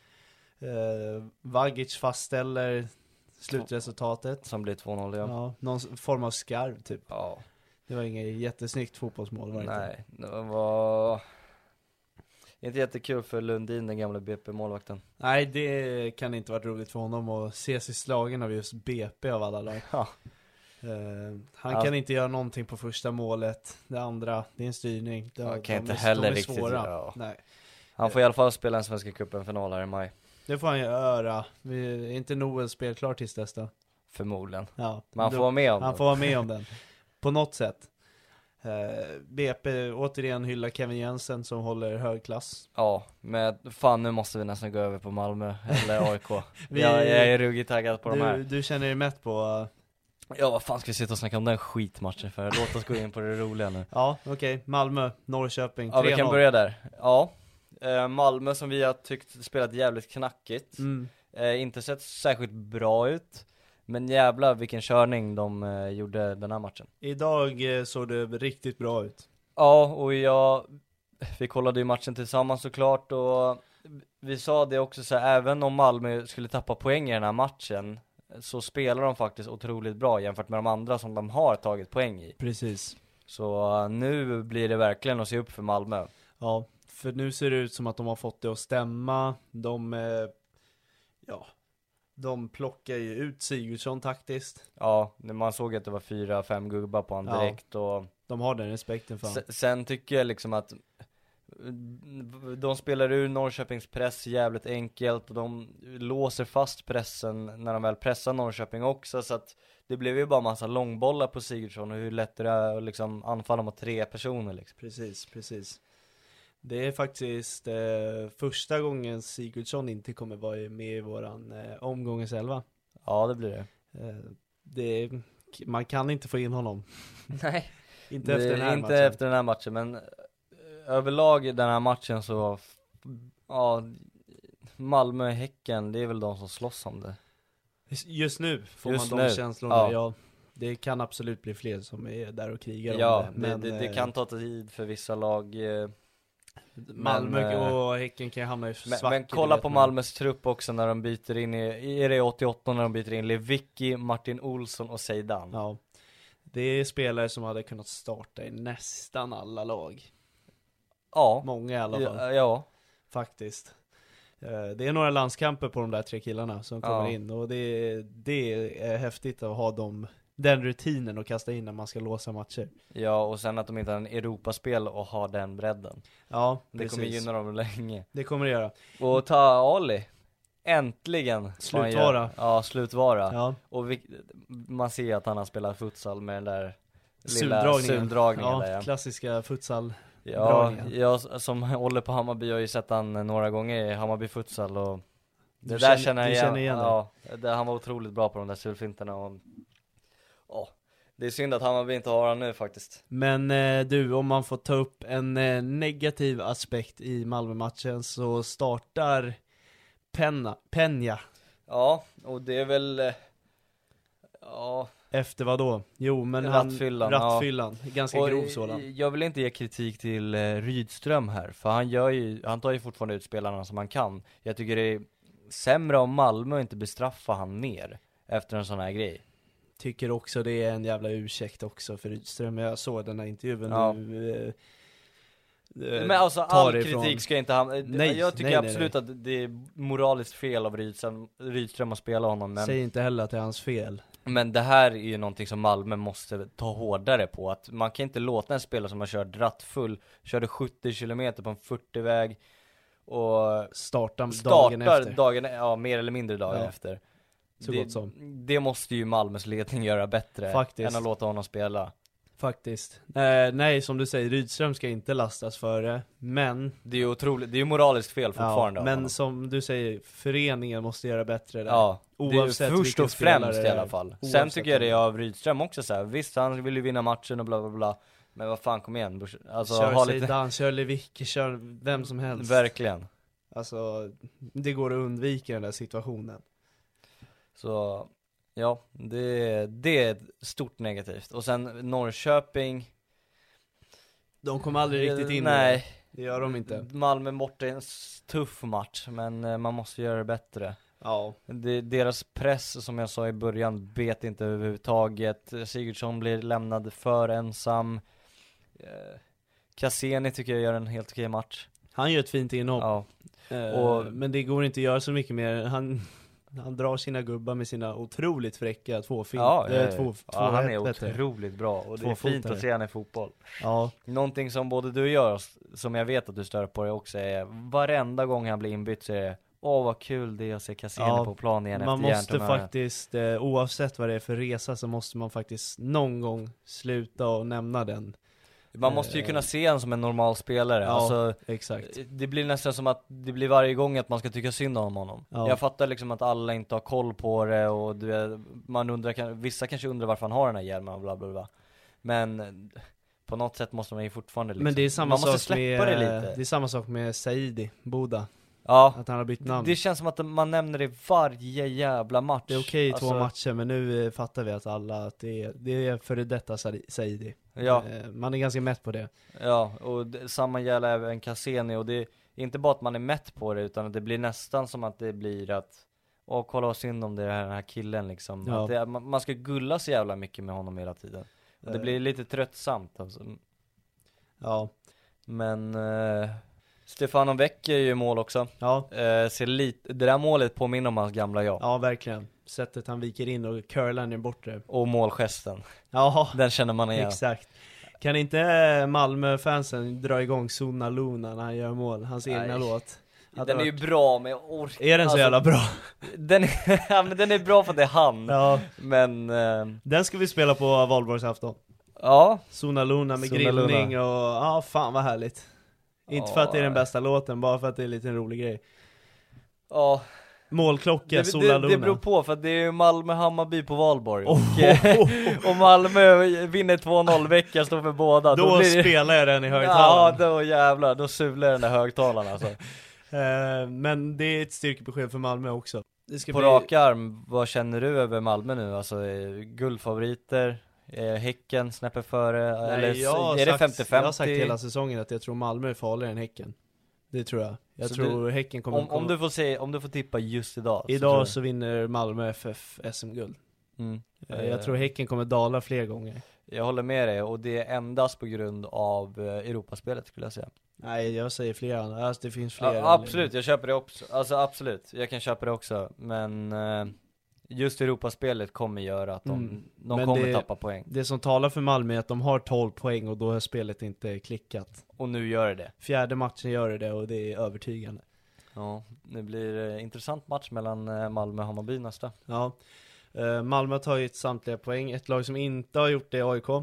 Vagic fastställer slutresultatet. Som blir 2-0, ja. Någon form av skarv typ. Ja. Det var inget jättesnyggt fotbollsmål var det inte. Nej, det var inte jättekul för Lundin, den gamla BP-målvakten. Nej, det kan inte varit roligt för honom att se sig slagen av just BP av alla lag. Ja. Han kan inte göra någonting på första målet. Det andra, det är en styrning. Han kan inte heller riktigt svåra. Nej. Han får i alla fall spela en Svenska cupen-final här i maj. Det får han göra. Är inte Noel spelklar tills dess då? Förmodligen. Ja, men han får vara med om Han får vara med om den. På något sätt. BP återigen hylla Kevin Jensen som håller hög klass. Ja, men fan nu måste vi nästan gå över på Malmö eller AIK. Jag är ruggigt taggad på de här. Du känner dig mätt på... Ja, vad fan ska vi sitta och snacka om den skitmatchen för? Låt oss gå in på det roliga nu. Ja, okej. Malmö, Norrköping, 3-0. Ja, vi kan börja där. Ja, Malmö som vi har tyckt spelat jävligt knackigt. Inte sett särskilt bra ut. Men jävlar vilken körning de gjorde den här matchen. Idag såg det riktigt bra ut. Ja, och vi kollade ju matchen tillsammans såklart. Och vi sa det också så här, även om Malmö skulle tappa poäng i den här matchen, så spelar de faktiskt otroligt bra jämfört med de andra som de har tagit poäng i. Precis. Så nu blir det verkligen att se upp för Malmö. Ja, för nu ser det ut som att de har fått det att stämma. De plockar ju ut Sigurdsson taktiskt. Ja, man såg att det var 4-5 gubbar på honom direkt. Och de har den respekten för honom. Sen tycker jag liksom att de spelar ur Norrköpings press jävligt enkelt. Och de låser fast pressen när de väl pressar Norrköping också. Så att det blev ju bara massa långbollar på Sigurdsson. Och hur lätt det är att liksom anfalla mot 3 personer liksom. Precis. Det är faktiskt första gången Sigurdsson inte kommer vara med i våran omgångens 11. Ja, det blir det. Man kan inte få in honom. Nej. Inte efter den här matchen. Men överlag i den här matchen så Malmö-Häcken, det är väl de som slåss om det. Just nu får man de känslorna. Ja, det kan absolut bli fler som är där och krigar om det. Men det kan ta tid för vissa lag. Malmö och Häcken kan hamna i svart. Men kolla på Malmös trupp också när de byter in i det 88 när de byter in Lewicki, Martin Olsson och Seidan. Ja. Det är spelare som hade kunnat starta i nästan alla lag. Ja. Många i alla fall. Ja. Faktiskt. Det är några landskamper på de där 3 killarna som kommer in. Och det är häftigt att ha den rutinen och kasta in när man ska låsa matcher. Ja, och sen att de inte har en Europaspel och har den bredden. Ja, det precis. kommer gynna dem länge. Det kommer det göra. Och ta Ali. Äntligen. Slutvara. Ja, slutvara. Ja. Och man ser att han har spelat futsal med den där lilla suldragningen. Ja, där, klassiska futsal. Ja, jag som håller på Hammarby har ju sett han några gånger i Hammarby futsal och det där känner jag igen. Ja, han var otroligt bra på de där sulfinterna och det är synd att Hammarby inte har han nu faktiskt. Men du, om man får ta upp en negativ aspekt i Malmö-matchen så startar Peña. Ja, och det är väl efter vad då? Jo, men rattfyllan. Ganska grov sådan. Jag vill inte ge kritik till Rydström här, för han tar ju fortfarande ut spelarna som han kan. Jag tycker det är sämre om Malmö inte bestraffa han mer efter en sån här grej. Tycker också det är en jävla ursäkt också för Rydström. Jag såg den här intervjun nu. Men alltså all kritik ska inte jag tycker absolut att det är moraliskt fel av Rydström att spela honom, men säg inte heller att det är hans fel. Men det här är ju någonting som Malmö måste ta hårdare på, att man kan inte låta en spelare som har kört rattfull, körde 70 km på en 40-väg och startar dagen mer eller mindre dagen efter. Det måste ju Malmös ledning göra bättre än att låta honom spela. Faktiskt. Nej, som du säger, Rydström ska inte lastas för det, men det är ju otroligt, det är ju moraliskt fel fortfarande. Men som du säger, föreningen måste göra bättre där. Ja, oavsett först och främst i alla fall. Sen tycker jag det är av Rydström också så här. Visst, han vill ju vinna matchen och bla bla bla, men vad fan, kom igen. Alltså, kör Seidan, kör Lewicki, kör vem som helst. Verkligen. Alltså, det går att undvika den där situationen. Så ja, det är ett stort negativt. Och sen Norrköping, De kommer aldrig riktigt in. Nej. Det gör de inte. Malmö borta är en tuff match, men man måste göra det bättre. Ja. Deras press, som jag sa i början, bet inte överhuvudtaget. Sigurdsson blir lämnad för ensam. Cassini tycker jag gör en helt okej match. Han gör ett fint inhopp. Ja. Men det går inte att göra så mycket mer. Han drar sina gubbar med sina otroligt fräcka tvåfin. Ja, han är bättre. otroligt bra. Och det är fint att se han i fotboll. Ja. Någonting som både du gör, som jag vet att du stör på det också, är varenda gång han blir inbytt så är det vad kul det är att se Cassini på plan igen. Man måste faktiskt, oavsett vad det är för resa, så måste man faktiskt någon gång sluta och nämna den. Man måste ju kunna se han som en normal spelare. Ja, alltså, exakt. Det blir nästan som att det blir varje gång att man ska tycka synd om honom. Ja. Jag fattar liksom att alla inte har koll på det, och man undrar, vissa kanske undrar varför han har den här hjälmen och bla bla bla. Men på något sätt måste man ju fortfarande liksom, men det är samma man måste sak släppa med, det lite. Det är samma sak med Saidi Boda. Ja, att han har bytt namn. Det känns som att man nämner det varje jävla match. Det är okej i 2 matcher, men nu fattar vi att alla att det är före detta Saidi. Ja. Man är ganska mätt på det. Ja, och samma gäller även Cassini, och det är inte bara att man är mätt på det, utan att det blir nästan som att det blir att kolla vad synd om det är den här killen liksom. Ja. Att man ska gulla så jävla mycket med honom hela tiden. Och det blir lite tröttsamt alltså. Ja. Men Stefano Vecchia är ju mål också. Ja. Ser lite, det där målet påminner om hans gamla jag. Ja, verkligen. Sättet han viker in och curlar ner bort det. Och målgesten. Ja, den känner man igen. Exakt. Kan inte Malmö-fansen dra igång Zona Luna när han gör mål? Hans egna låt. Den är ju bra, men är den så jävla bra? Den är bra för att det är han. Ja. Men den ska vi spela på Valborgsafton. Ja. Zona Luna med grillning och fan vad härligt. Inte för att det är den bästa låten, bara för att det är lite en rolig grej. Ja. Målklocka, Zona Luna. Det beror på, för att det är Malmö-Hammarby på Valborg. Och Malmö vinner 2-0, Vecchia står för båda. Då blir spelar jag den i högtalaren. Ja, då jävlar, då sular den där högtalaren alltså. Men det är ett styrkebesked för Malmö också. Det ska på rak arm, vad känner du över Malmö nu? Alltså, guldfavoriter? Häcken snäpper före? Nej, eller är det 50-50? Jag har sagt hela säsongen att jag tror Malmö är farligare än Häcken. Det tror jag. Jag tror Häcken kommer om du får tippa just idag. Idag så vinner Malmö FF SM-guld. Jag tror Häcken kommer dala fler gånger. Jag håller med dig, och det är endast på grund av Europaspelet skulle jag säga. Nej, jag säger flera andra. Alltså, det finns fler. Ja, absolut, jag köper det också. Alltså absolut, jag kan köpa det också. Men just Europaspelet kommer göra att de kommer tappa poäng. Det som talar för Malmö är att de har 12 poäng och då har spelet inte klickat. Och nu gör det. 4:e matchen gör det, och det är övertygande. Ja, det blir intressant match mellan Malmö och Hammarby nästa. Ja, Malmö har tagit samtliga poäng. Ett lag som inte har gjort det är AIK.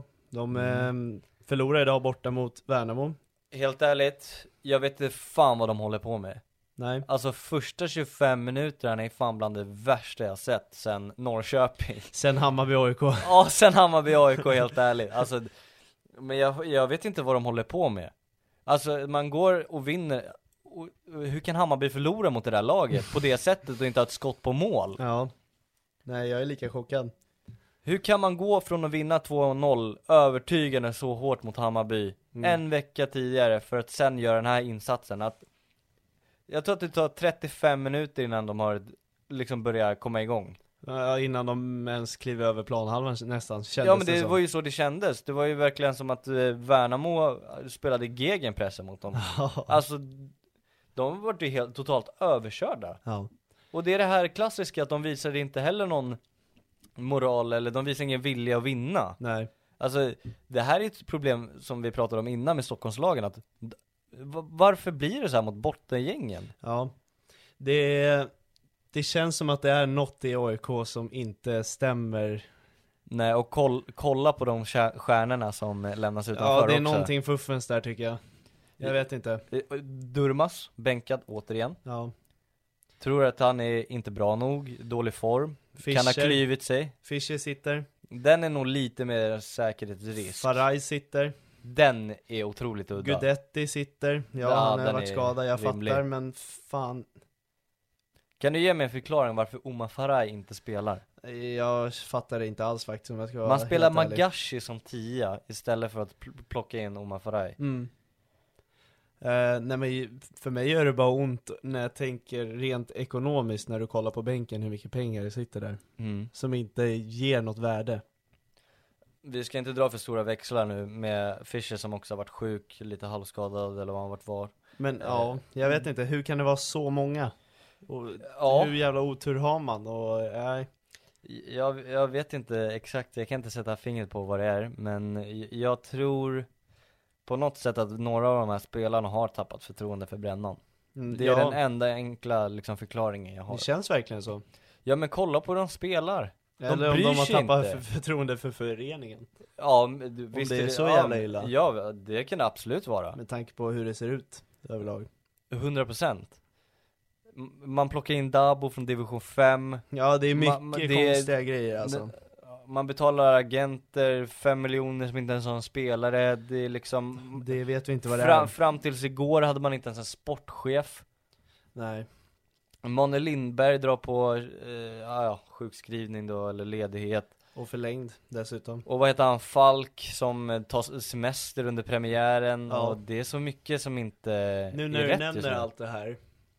De förlorar idag borta mot Värnamo. Helt ärligt, jag vet inte fan vad de håller på med. Nej. Alltså första 25 minuterna är fan bland det värsta jag sett sen Norrköping. Sen Hammarby AIK. Ja, sen Hammarby AIK, helt ärligt. Alltså, men jag vet inte vad de håller på med. Alltså man går och vinner. Och hur kan Hammarby förlora mot det där laget på det sättet och inte ha ett skott på mål? Ja. Nej, jag är lika chockad. Hur kan man gå från att vinna 2-0 övertygande så hårt mot Hammarby en vecka tidigare för att sen göra den här insatsen? Jag tror att det tar 35 minuter innan de har liksom börjar komma igång. Ja, innan de ens kliver över planhalvan nästan, kändes ja, men det var ju så det kändes. Det var ju verkligen som att Värnamo spelade gegenpressen mot dem. Alltså, de var ju helt totalt överkörda. Ja. Och det är det här klassiska att de visade inte heller någon moral, eller de visar ingen vilja att vinna. Nej. Alltså, det här är ett problem som vi pratade om innan med Stockholmslagen, att varför blir det så här mot bottengängen? Ja, det känns som att det är något i AIK som inte stämmer. Nej, och kolla på de stjärnorna som lämnas utanför. Ja, det är också någonting fuffens där tycker jag. Jag vet inte. Durmas, bänkad återigen. Ja. Tror att han är inte bra nog, dålig form. Fischer, kan ha klivit sig. Fischer sitter. Den är nog lite mer säkerhetsrisk. Faraj sitter. Den är otroligt udda. Gudetti sitter. Ja, han har varit skadad, jag rimlig. Fattar, men fan. Kan du ge mig en förklaring varför Omar Faraj inte spelar? Jag fattar det inte alls faktiskt om jag ska vara Man spelar helt ärlig. Magashi som 10 istället för att plocka in Omar Faraj. Nej men för mig gör det bara ont när jag tänker rent ekonomiskt när du kollar på bänken hur mycket pengar det sitter där. Som inte ger något värde. Vi ska inte dra för stora växlar nu med Fischer som också har varit sjuk, lite halvskadad eller vad han varit var. Men ja, jag vet inte, hur kan det vara så många? Och hur jävla otur har man? Och, jag vet inte exakt, jag kan inte sätta fingret på vad det är. Men jag tror på något sätt att några av de här spelarna har tappat förtroende för Brännan. Det är den enda enkla liksom, förklaringen jag har. Det känns verkligen så. Ja men kolla på de spelar. Eller om de har tappat förtroende för föreningen. Ja, visst det är så jävla illa. Ja, det kan det absolut vara. Med tanke på hur det ser ut överlag. 100%. Man plockar in Dabo från division 5. Ja, det är mycket konstiga grejer alltså. Man betalar agenter 5 miljoner som inte ens har en spelare. Det är liksom... Det vet vi inte vad det är. Fram tills igår hade man inte ens en sportchef. Nej. Måne Lindberg drar på sjukskrivning då, eller ledighet. Och förlängd dessutom. Och vad heter han? Falk som tar semester under premiären. Ja. Och det är så mycket som inte nu när du nämner allt det här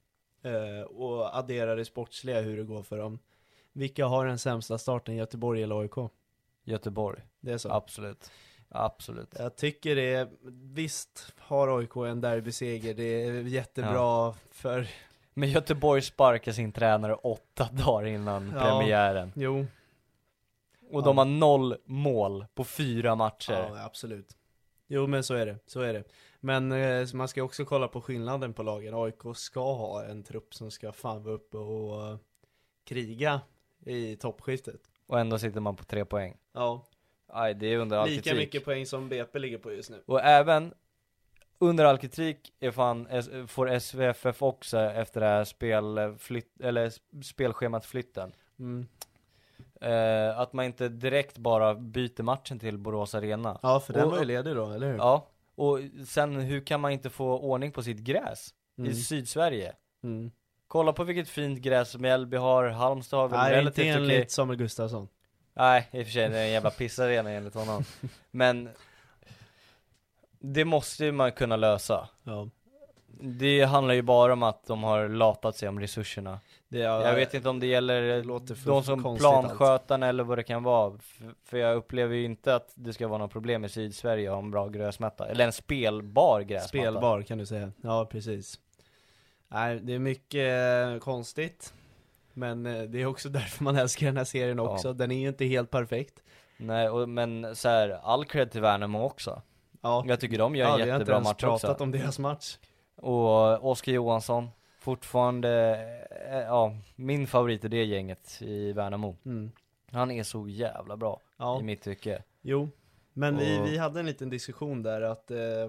och adderar det sportsliga hur det går för dem. Vilka har den sämsta starten, Göteborg eller AIK? Göteborg. Det är så? Absolut. Jag tycker det är, visst har AIK en derbyseger, det är jättebra för... Men Göteborg sparkar sin tränare 8 dagar innan premiären. Jo. Och de har 0 mål på 4 matcher. Ja, absolut. Jo, men så är det. Men man ska också kolla på skillnaden på lagen. AIK ska ha en trupp som ska fan vara uppe och kriga i toppskiftet. Och ändå sitter man på 3 poäng. Ja. Aj, det är under all kritik. Lika mycket poäng som BP ligger på just nu. Och även under all kritik får SVFF också efter det här spelschemat flytten. Att man inte direkt bara byter matchen till Borås Arena. Ja, för den var ju ledig då, eller hur? Ja, och sen hur kan man inte få ordning på sitt gräs i Sydsverige? Kolla på vilket fint gräs Mjällby har, Halmstad har väl relativt okej. Nej, inte enligt Samuel Gustafsson. Nej, i och för sig det är en jävla pissarena enligt honom. Men det måste man kunna lösa. Ja. Det handlar ju bara om att de har latat sig om resurserna. Jag vet inte om det gäller de som planskötarna eller vad det kan vara. För jag upplever ju inte att det ska vara något problem i Sydsverige att ha en bra gräsmatta. Eller en spelbar gräsmatta. Spelbar kan du säga. Ja, precis. Nej, det är mycket konstigt. Men det är också därför man älskar den här serien också. Den är ju inte helt perfekt. Nej, men så här, all cred till Värnamo också. Ja. Jag tycker de gör en jättebra match också. Vi har inte ens pratat om deras match. Och Oskar Johansson fortfarande min favorit i det gänget i Värnamo. Han är så jävla bra i mitt tycke. Jo, men vi hade en liten diskussion där att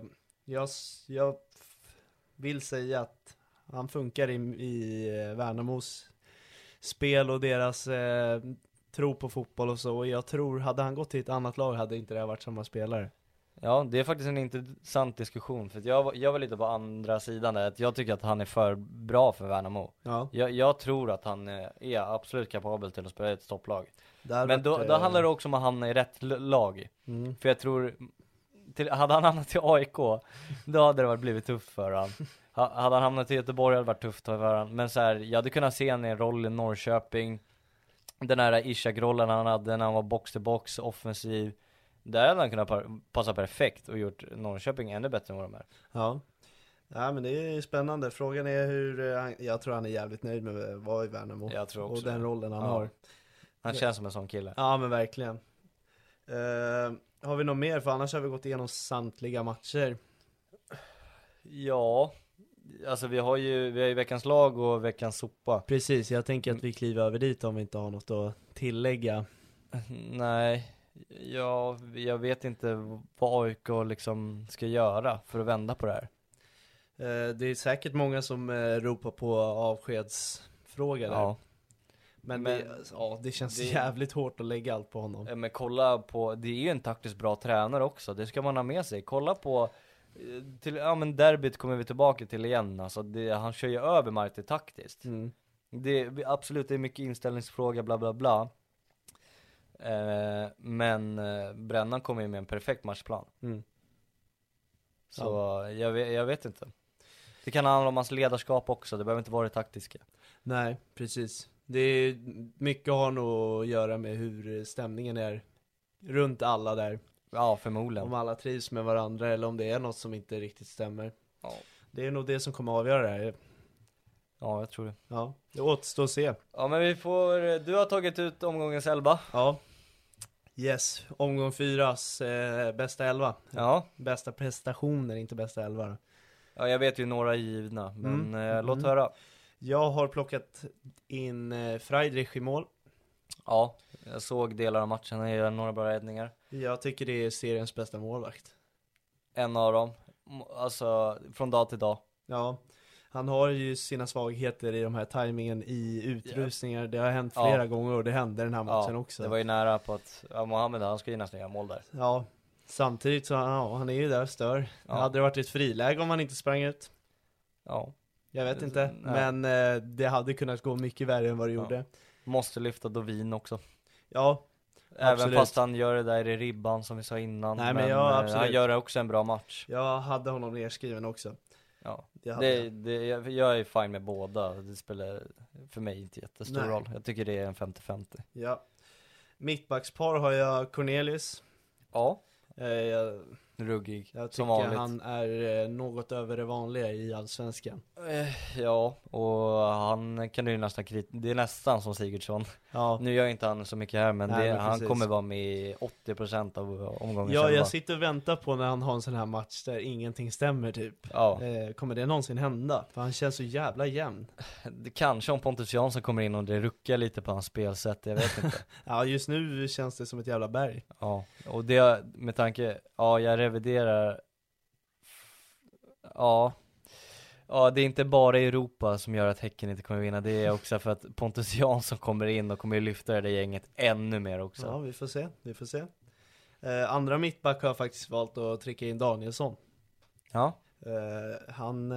jag vill säga att han funkar i Värnamos spel och deras tro på fotboll och så. Och jag tror, hade han gått till ett annat lag hade inte det varit samma spelare. Ja, det är faktiskt en intressant diskussion. För att jag var lite på andra sidan där. Att jag tycker att han är för bra för Värnamo. Ja. Jag tror att han är absolut kapabel till att spela ett topplag. Men då handlar det också om att hamna i rätt lag. För jag tror hade han hamnat till AIK, då hade det blivit tufft för han. Hade han hamnat till Göteborg hade det varit tufft för han. Men så här, jag hade kunnat se en roll i Norrköping. Den här Ishak-rollen han hade när han var box-to-box, offensiv. Där hade han kunnat passa perfekt och gjort Norrköping ännu bättre än vad de är. Ja. Ja, men det är spännande. Frågan är hur jag tror han är jävligt nöjd med att vara i Värnamo. Jag tror också och den rollen han har. Han känns som en sån kille. Ja, men verkligen. Har vi något mer? För annars har vi gått igenom samtliga matcher. Ja, alltså vi har ju veckans lag och veckans sopa. Precis, jag tänker att vi kliver över dit om vi inte har något att tillägga. Nej, jag vet inte vad AIK liksom ska göra för att vända på det här. Det är säkert många som ropar på avskedsfrågor där. Ja. Men det känns jävligt hårt att lägga allt på honom. Men kolla på, det är ju en taktiskt bra tränare också. Det ska man ha med sig. Kolla på men derbyt kommer vi tillbaka till igen. Alltså han kör ju över Marti taktiskt. Det är absolut, det är mycket inställningsfråga bla bla bla. Men Brännan kommer ju med en perfekt matchplan. Så jag vet inte. Det kan handla om hans ledarskap också. Det behöver inte vara det taktiska. Nej, precis. Det är mycket har nog att göra med hur stämningen är runt alla där. Ja, förmodligen. Om alla trivs med varandra eller om det är något som inte riktigt stämmer. Ja. Det är nog det som kommer att avgöra det här. Ja, jag tror det. Ja, det återstår att se. Ja, men du har tagit ut omgångens 11. Ja. Yes, omgång 4:s bästa 11. Ja. Bästa prestationer, inte bästa 11 då. Ja, jag vet ju några givna, men låt höra. Jag har plockat in Friedrich i mål. Ja, jag såg delar av matchen och gör några bra räddningar. Jag tycker det är seriens bästa målvakt. En av dem, alltså från dag till dag. Ja, han har ju sina svagheter i de här tajmingen i utrustningar. Det har hänt flera gånger och det hände den här matchen också. Det var ju nära på att Mohamed, han ska ju nästan göra mål där. Ja, samtidigt så han är ju där och stör. Hade det varit ett friläge om han inte sprang ut? Ja. Jag vet inte, men det hade kunnat gå mycket värre än vad det gjorde. Måste lyfta Dovin också. Ja, även absolut. Fast han gör det där i ribban som vi sa innan. Nej, men han gör också en bra match. Jag hade honom nedskriven också. Ja, jag är fine med båda. Det spelar för mig inte jättestor roll. Jag tycker det är en 50-50. Ja. Mittbackspar har jag Cornelius. Ja. Ruggig, jag som vanligt. tycker han är något över det vanliga i Allsvenskan. Ja, och han kan ju nästan det är nästan som Sigurdsson. Ja. Nu gör inte han så mycket här, men han kommer vara med i 80% av omgången. Ja, jag sitter och väntar på när han har en sån här match där ingenting stämmer typ. Ja. Kommer det någonsin hända? För han känns så jävla jämn. Det kanske om Pontus Jansson kommer in och det ruckar lite på hans spelsätt, jag vet inte. Ja, just nu känns det som ett jävla berg. Ja, och det med tanke, jag reviderar. Ja, det är inte bara Europa som gör att Häcken inte kommer vinna. Det är också för att Pontus Jansson kommer in och kommer lyfta det där gänget ännu mer också. Ja, vi får se. Andra mittback har faktiskt valt att trycka in Danielsson. Ja. Han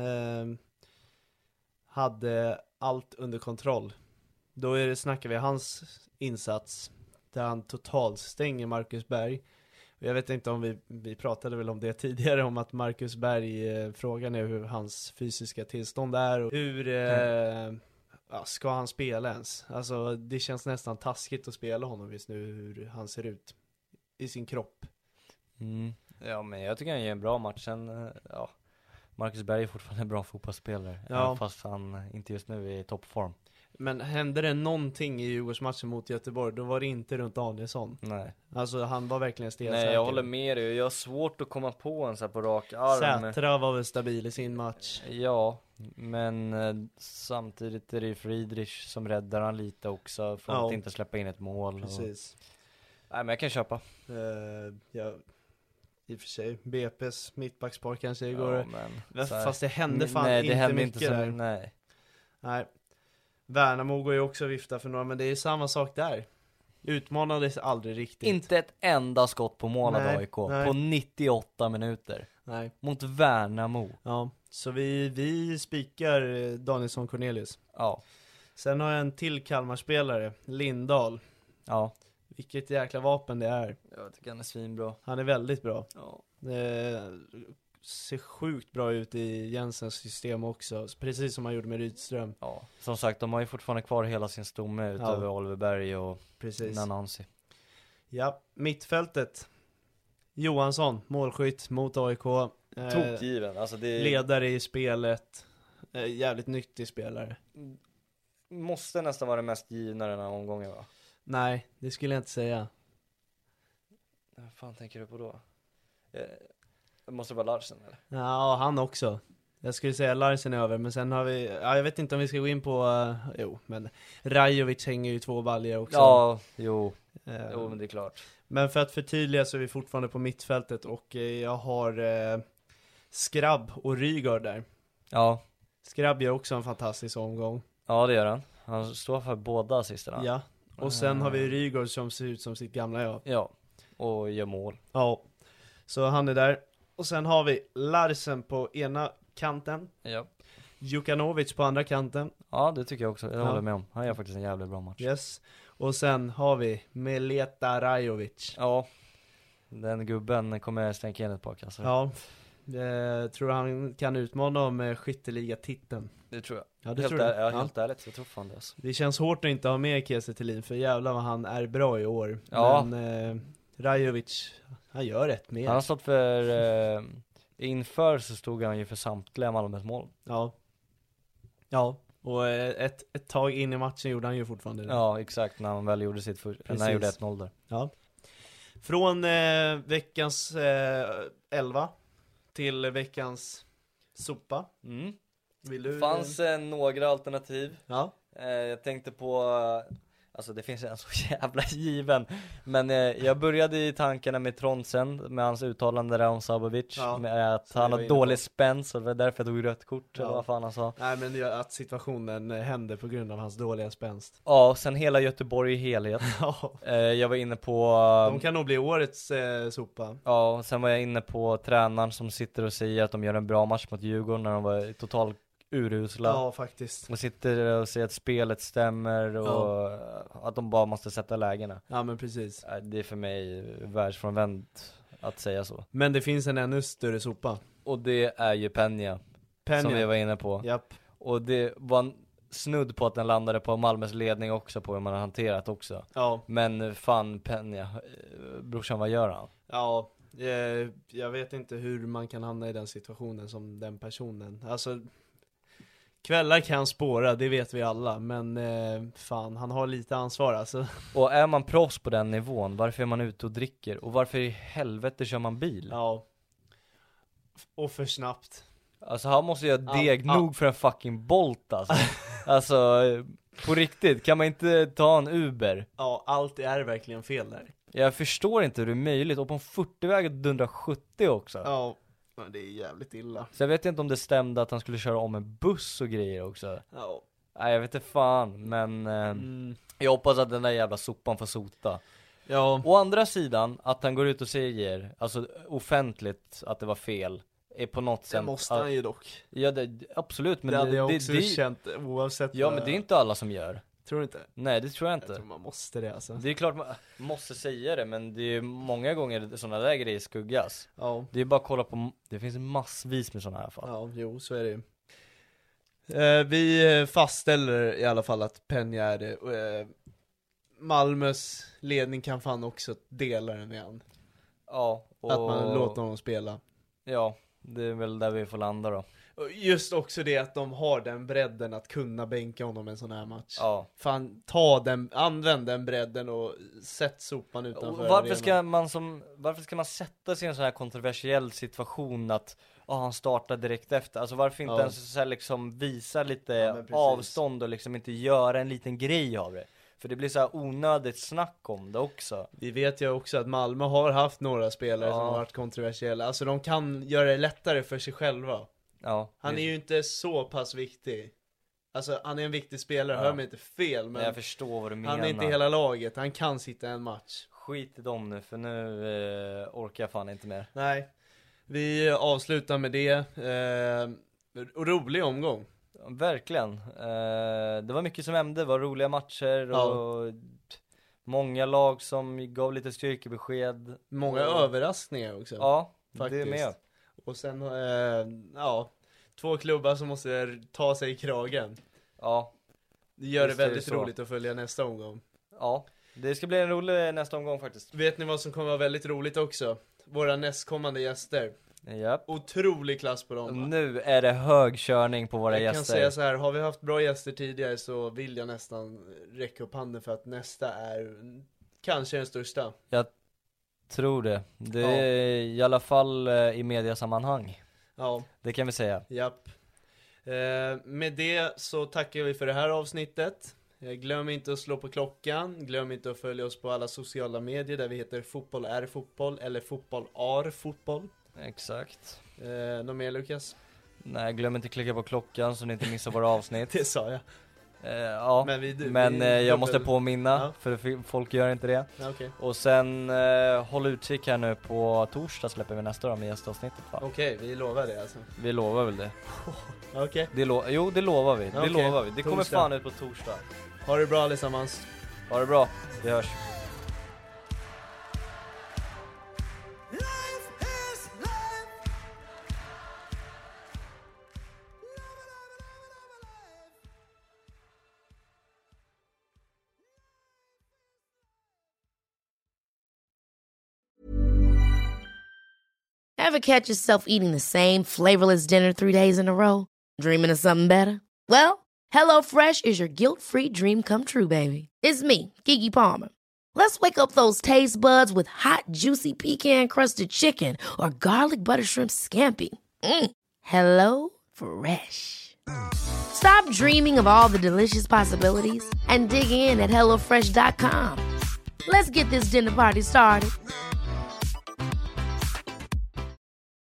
hade allt under kontroll. Då snackar vi hans insats där han totalt stänger Marcus Berg. Jag vet inte om vi pratade väl om det tidigare, om att Marcus Berg, frågan är hur hans fysiska tillstånd är och hur ska han spela ens? Alltså det känns nästan taskigt att spela honom just nu, hur han ser ut i sin kropp. Ja, men jag tycker han ger en bra match. Sen, Marcus Berg är fortfarande en bra fotbollsspelare, fast han inte just nu är i toppform. Men hände det någonting i Djurgårdsmatchen mot Göteborg, då var det inte runt Danielsson. Nej. Alltså han var verkligen stelsäker. Nej, jag håller med dig. Jag har svårt att komma på en så här på rak arm. Sätra var väl stabil i sin match. Ja, men samtidigt är det ju Friedrich som räddar han lite också från att inte släppa in ett mål. Precis. Nej, men jag kan köpa. I och för sig, BP's mittbackspar kanske igår. Men fast det hände fan nej, inte hände mycket inte där. Nej. Värnamo går ju också vifta för några, men det är samma sak där. Utmanades aldrig riktigt. Inte ett enda skott på mål av AIK på 98 minuter. Nej. Mot Värnamo. Ja, så vi spikar Danielsson Cornelius. Ja. Sen har jag en till Kalmar-spelare, Lindahl. Ja. Vilket jäkla vapen det är. Jag tycker han är svinbra. Han är väldigt bra. Ja. Ser sjukt bra ut i Jensens system också. Precis som han gjorde med Rydström. Ja, som sagt, de har ju fortfarande kvar hela sin stomme utöver Oliver Berg och Nanansi. Ja, mittfältet. Johansson, målskytt mot AIK. Tokgiven, alltså det... Ledare i spelet. Jävligt nyttig spelare. Måste nästan vara det mest givna den här omgången, va? Nej, det skulle jag inte säga. Vad fan tänker du på då? Det måste vara Larsen, eller? Ja, han också. Jag skulle säga Larsen är över, men sen har vi... Ja, jag vet inte om vi ska gå in på... men Rajovic hänger ju 2 baljor också. Ja, jo, men det är klart. Men för att förtydliga så är vi fortfarande på mittfältet och jag har Skrabb och Rygaard där. Ja. Skrabb gör också en fantastisk omgång. Ja, det gör han. Han står för båda assisterna. Ja, och sen har vi Rygaard som ser ut som sitt gamla jag. Ja, och gör mål. Ja, så han är där. Och sen har vi Larsen på ena kanten. Ja. Jukanovic på andra kanten. Ja, det tycker jag också. Jag håller med om. Han gör faktiskt en jävligt bra match. Yes. Och sen har vi Mileta Rajovic. Ja, den gubben kommer jag stänka in ett par kassar. Ja, tror han kan utmana om skytteliga-titeln. Det tror jag. Ja, det tror jag. Helt ärligt, jag tror fan det alltså. Det känns hårt att inte ha med Kiese Thelin, för jävlar vad han är bra i år. Ja. Men Rajovic, han gör rätt med. Han har stått för, inför så stod han ju för samtliga Malmös mål. Ja. Ja, och ett tag in i matchen gjorde han ju fortfarande det. Ja, exakt, när han väl gjorde sitt när han gjorde 1-0 där. Ja. Från veckans 11 till veckans sopa. Vill du? Fanns några alternativ. Ja. Jag tänkte på, alltså det finns en så jävla given. Men jag började i tankarna med Trondsen, med hans uttalande där om Sabovic, med att han har dålig spänst, och det var därför jag tog rött kort, eller vad fan han sa. Nej, men det, att situationen hände på grund av hans dåliga spänst. Ja, sen hela Göteborg i helhet. Jag var inne på... De kan nog bli årets sopa. Ja, och sen var jag inne på tränaren som sitter och säger att de gör en bra match mot Djurgården när de var totalt urusla. Ja, faktiskt. Och sitter och säger att spelet stämmer och att de bara måste sätta lägena. Ja, men precis. Det är för mig världsfrånvänt att säga så. Men det finns en ännu större sopa. Och det är ju Peña. Som vi var inne på. Japp. Och det var en snudd på att den landade på Malmös ledning också, på hur man har hanterat också. Ja. Men fan, Peña, brorsan, vad gör han? Ja, jag vet inte hur man kan hamna i den situationen som den personen. Alltså, kvällar kan spåra, det vet vi alla. Men fan, han har lite ansvar alltså. Och är man proffs på den nivån, varför är man ute och dricker? Och varför i helvete kör man bil? Ja. Och för snabbt. Alltså han måste göra deg nog för en fucking Bolt alltså. Alltså, på riktigt, kan man inte ta en Uber? Ja, allt är verkligen fel där. Jag förstår inte hur det är möjligt. Och på en 40-väg 170 också. Ja, det är jävligt illa. Så jag vet inte om det stämde att han skulle köra om en buss och grejer också. Ja. Nej, jag vet inte fan. Men jag hoppas att den där jävla sopan får sota. Ja. Å andra sidan, att han går ut och säger, alltså offentligt, att det var fel, är på något sätt. Det måste han ju dock. Ja, absolut. Men det hade jag också känt oavsett. Ja, men det är inte alla som gör. Tror du inte? Nej, det tror jag inte. Jag tror man måste det alltså. Det är klart man måste säga det, men det är många gånger sådana där grejer skuggas. Ja. Det är bara att kolla på, det finns massvis med sådana här fall. Ja, jo, så är det ju. Vi fastställer i alla fall att Peña är det. Malmös ledning kan fan också dela den igen. Ja. Och... att man låter honom spela. Ja, det är väl där vi får landa då. Just också det att de har den bredden att kunna bänka honom en sån här match. Ja. Fan, använd den bredden och sätt sopan utanför. Varför ska man sätta sig i en sån här kontroversiell situation att han startar direkt efter? Alltså varför inte ens så här liksom visa lite avstånd och liksom inte göra en liten grej av det? För det blir så här onödigt snack om det också. Vi vet ju också att Malmö har haft några spelare som har varit kontroversiella. Alltså de kan göra det lättare för sig själva. Ja, han är ju inte så pass viktig. Alltså han är en viktig spelare, hör mig inte fel, men jag förstår vad du menar. Han är inte hela laget, han kan sitta en match. Skit i dem nu, för nu orkar jag fan inte mer. Nej, vi avslutar med det. Rolig omgång. Verkligen. Det var mycket som hände, det var roliga matcher och många lag som gav lite styrkebesked. Många överraskningar också. Ja, faktiskt. Det är med. Och sen, två klubbar som måste ta sig i kragen. Ja. Det gör det väldigt roligt att följa nästa omgång. Ja, det ska bli en rolig nästa omgång faktiskt. Vet ni vad som kommer vara väldigt roligt också? Våra nästkommande gäster. Japp. Otrolig klass på dem. Nu är det hög körning på våra gäster. Jag kan säga så här, har vi haft bra gäster tidigare så vill jag nästan räcka upp handen för att nästa är kanske den största. Jag tror det. Det är i alla fall i mediasammanhang. Ja. Det kan vi säga. Japp. Med det så tackar vi för det här avsnittet. Glöm inte att slå på klockan. Glöm inte att följa oss på alla sociala medier där vi heter Fotboll är fotboll eller Fotboll är fotboll. Exakt. Något mer, Lukas? Nej, glöm inte att klicka på klockan så ni inte missar våra avsnitt. Det sa jag. Ja, men jag måste påminna, för folk gör inte det. Okay. Och sen håll utkik här nu, på torsdag släpper vi nästa med gästavsnittet. Okej, vi lovar det alltså. Vi lovar väl det. Okej. Jo, det lovar vi. Det lovar vi. Det kommer torsdag. fan ut på torsdag. Ha det bra allesammans. Ha det bra, vi hörs. Ever catch yourself eating the same flavorless dinner 3 days in a row? Dreaming of something better? Well, HelloFresh is your guilt-free dream come true, baby. It's me, Keke Palmer. Let's wake up those taste buds with hot, juicy pecan-crusted chicken or garlic butter shrimp scampi. Hello Fresh. Stop dreaming of all the delicious possibilities and dig in at HelloFresh.com. Let's get this dinner party started.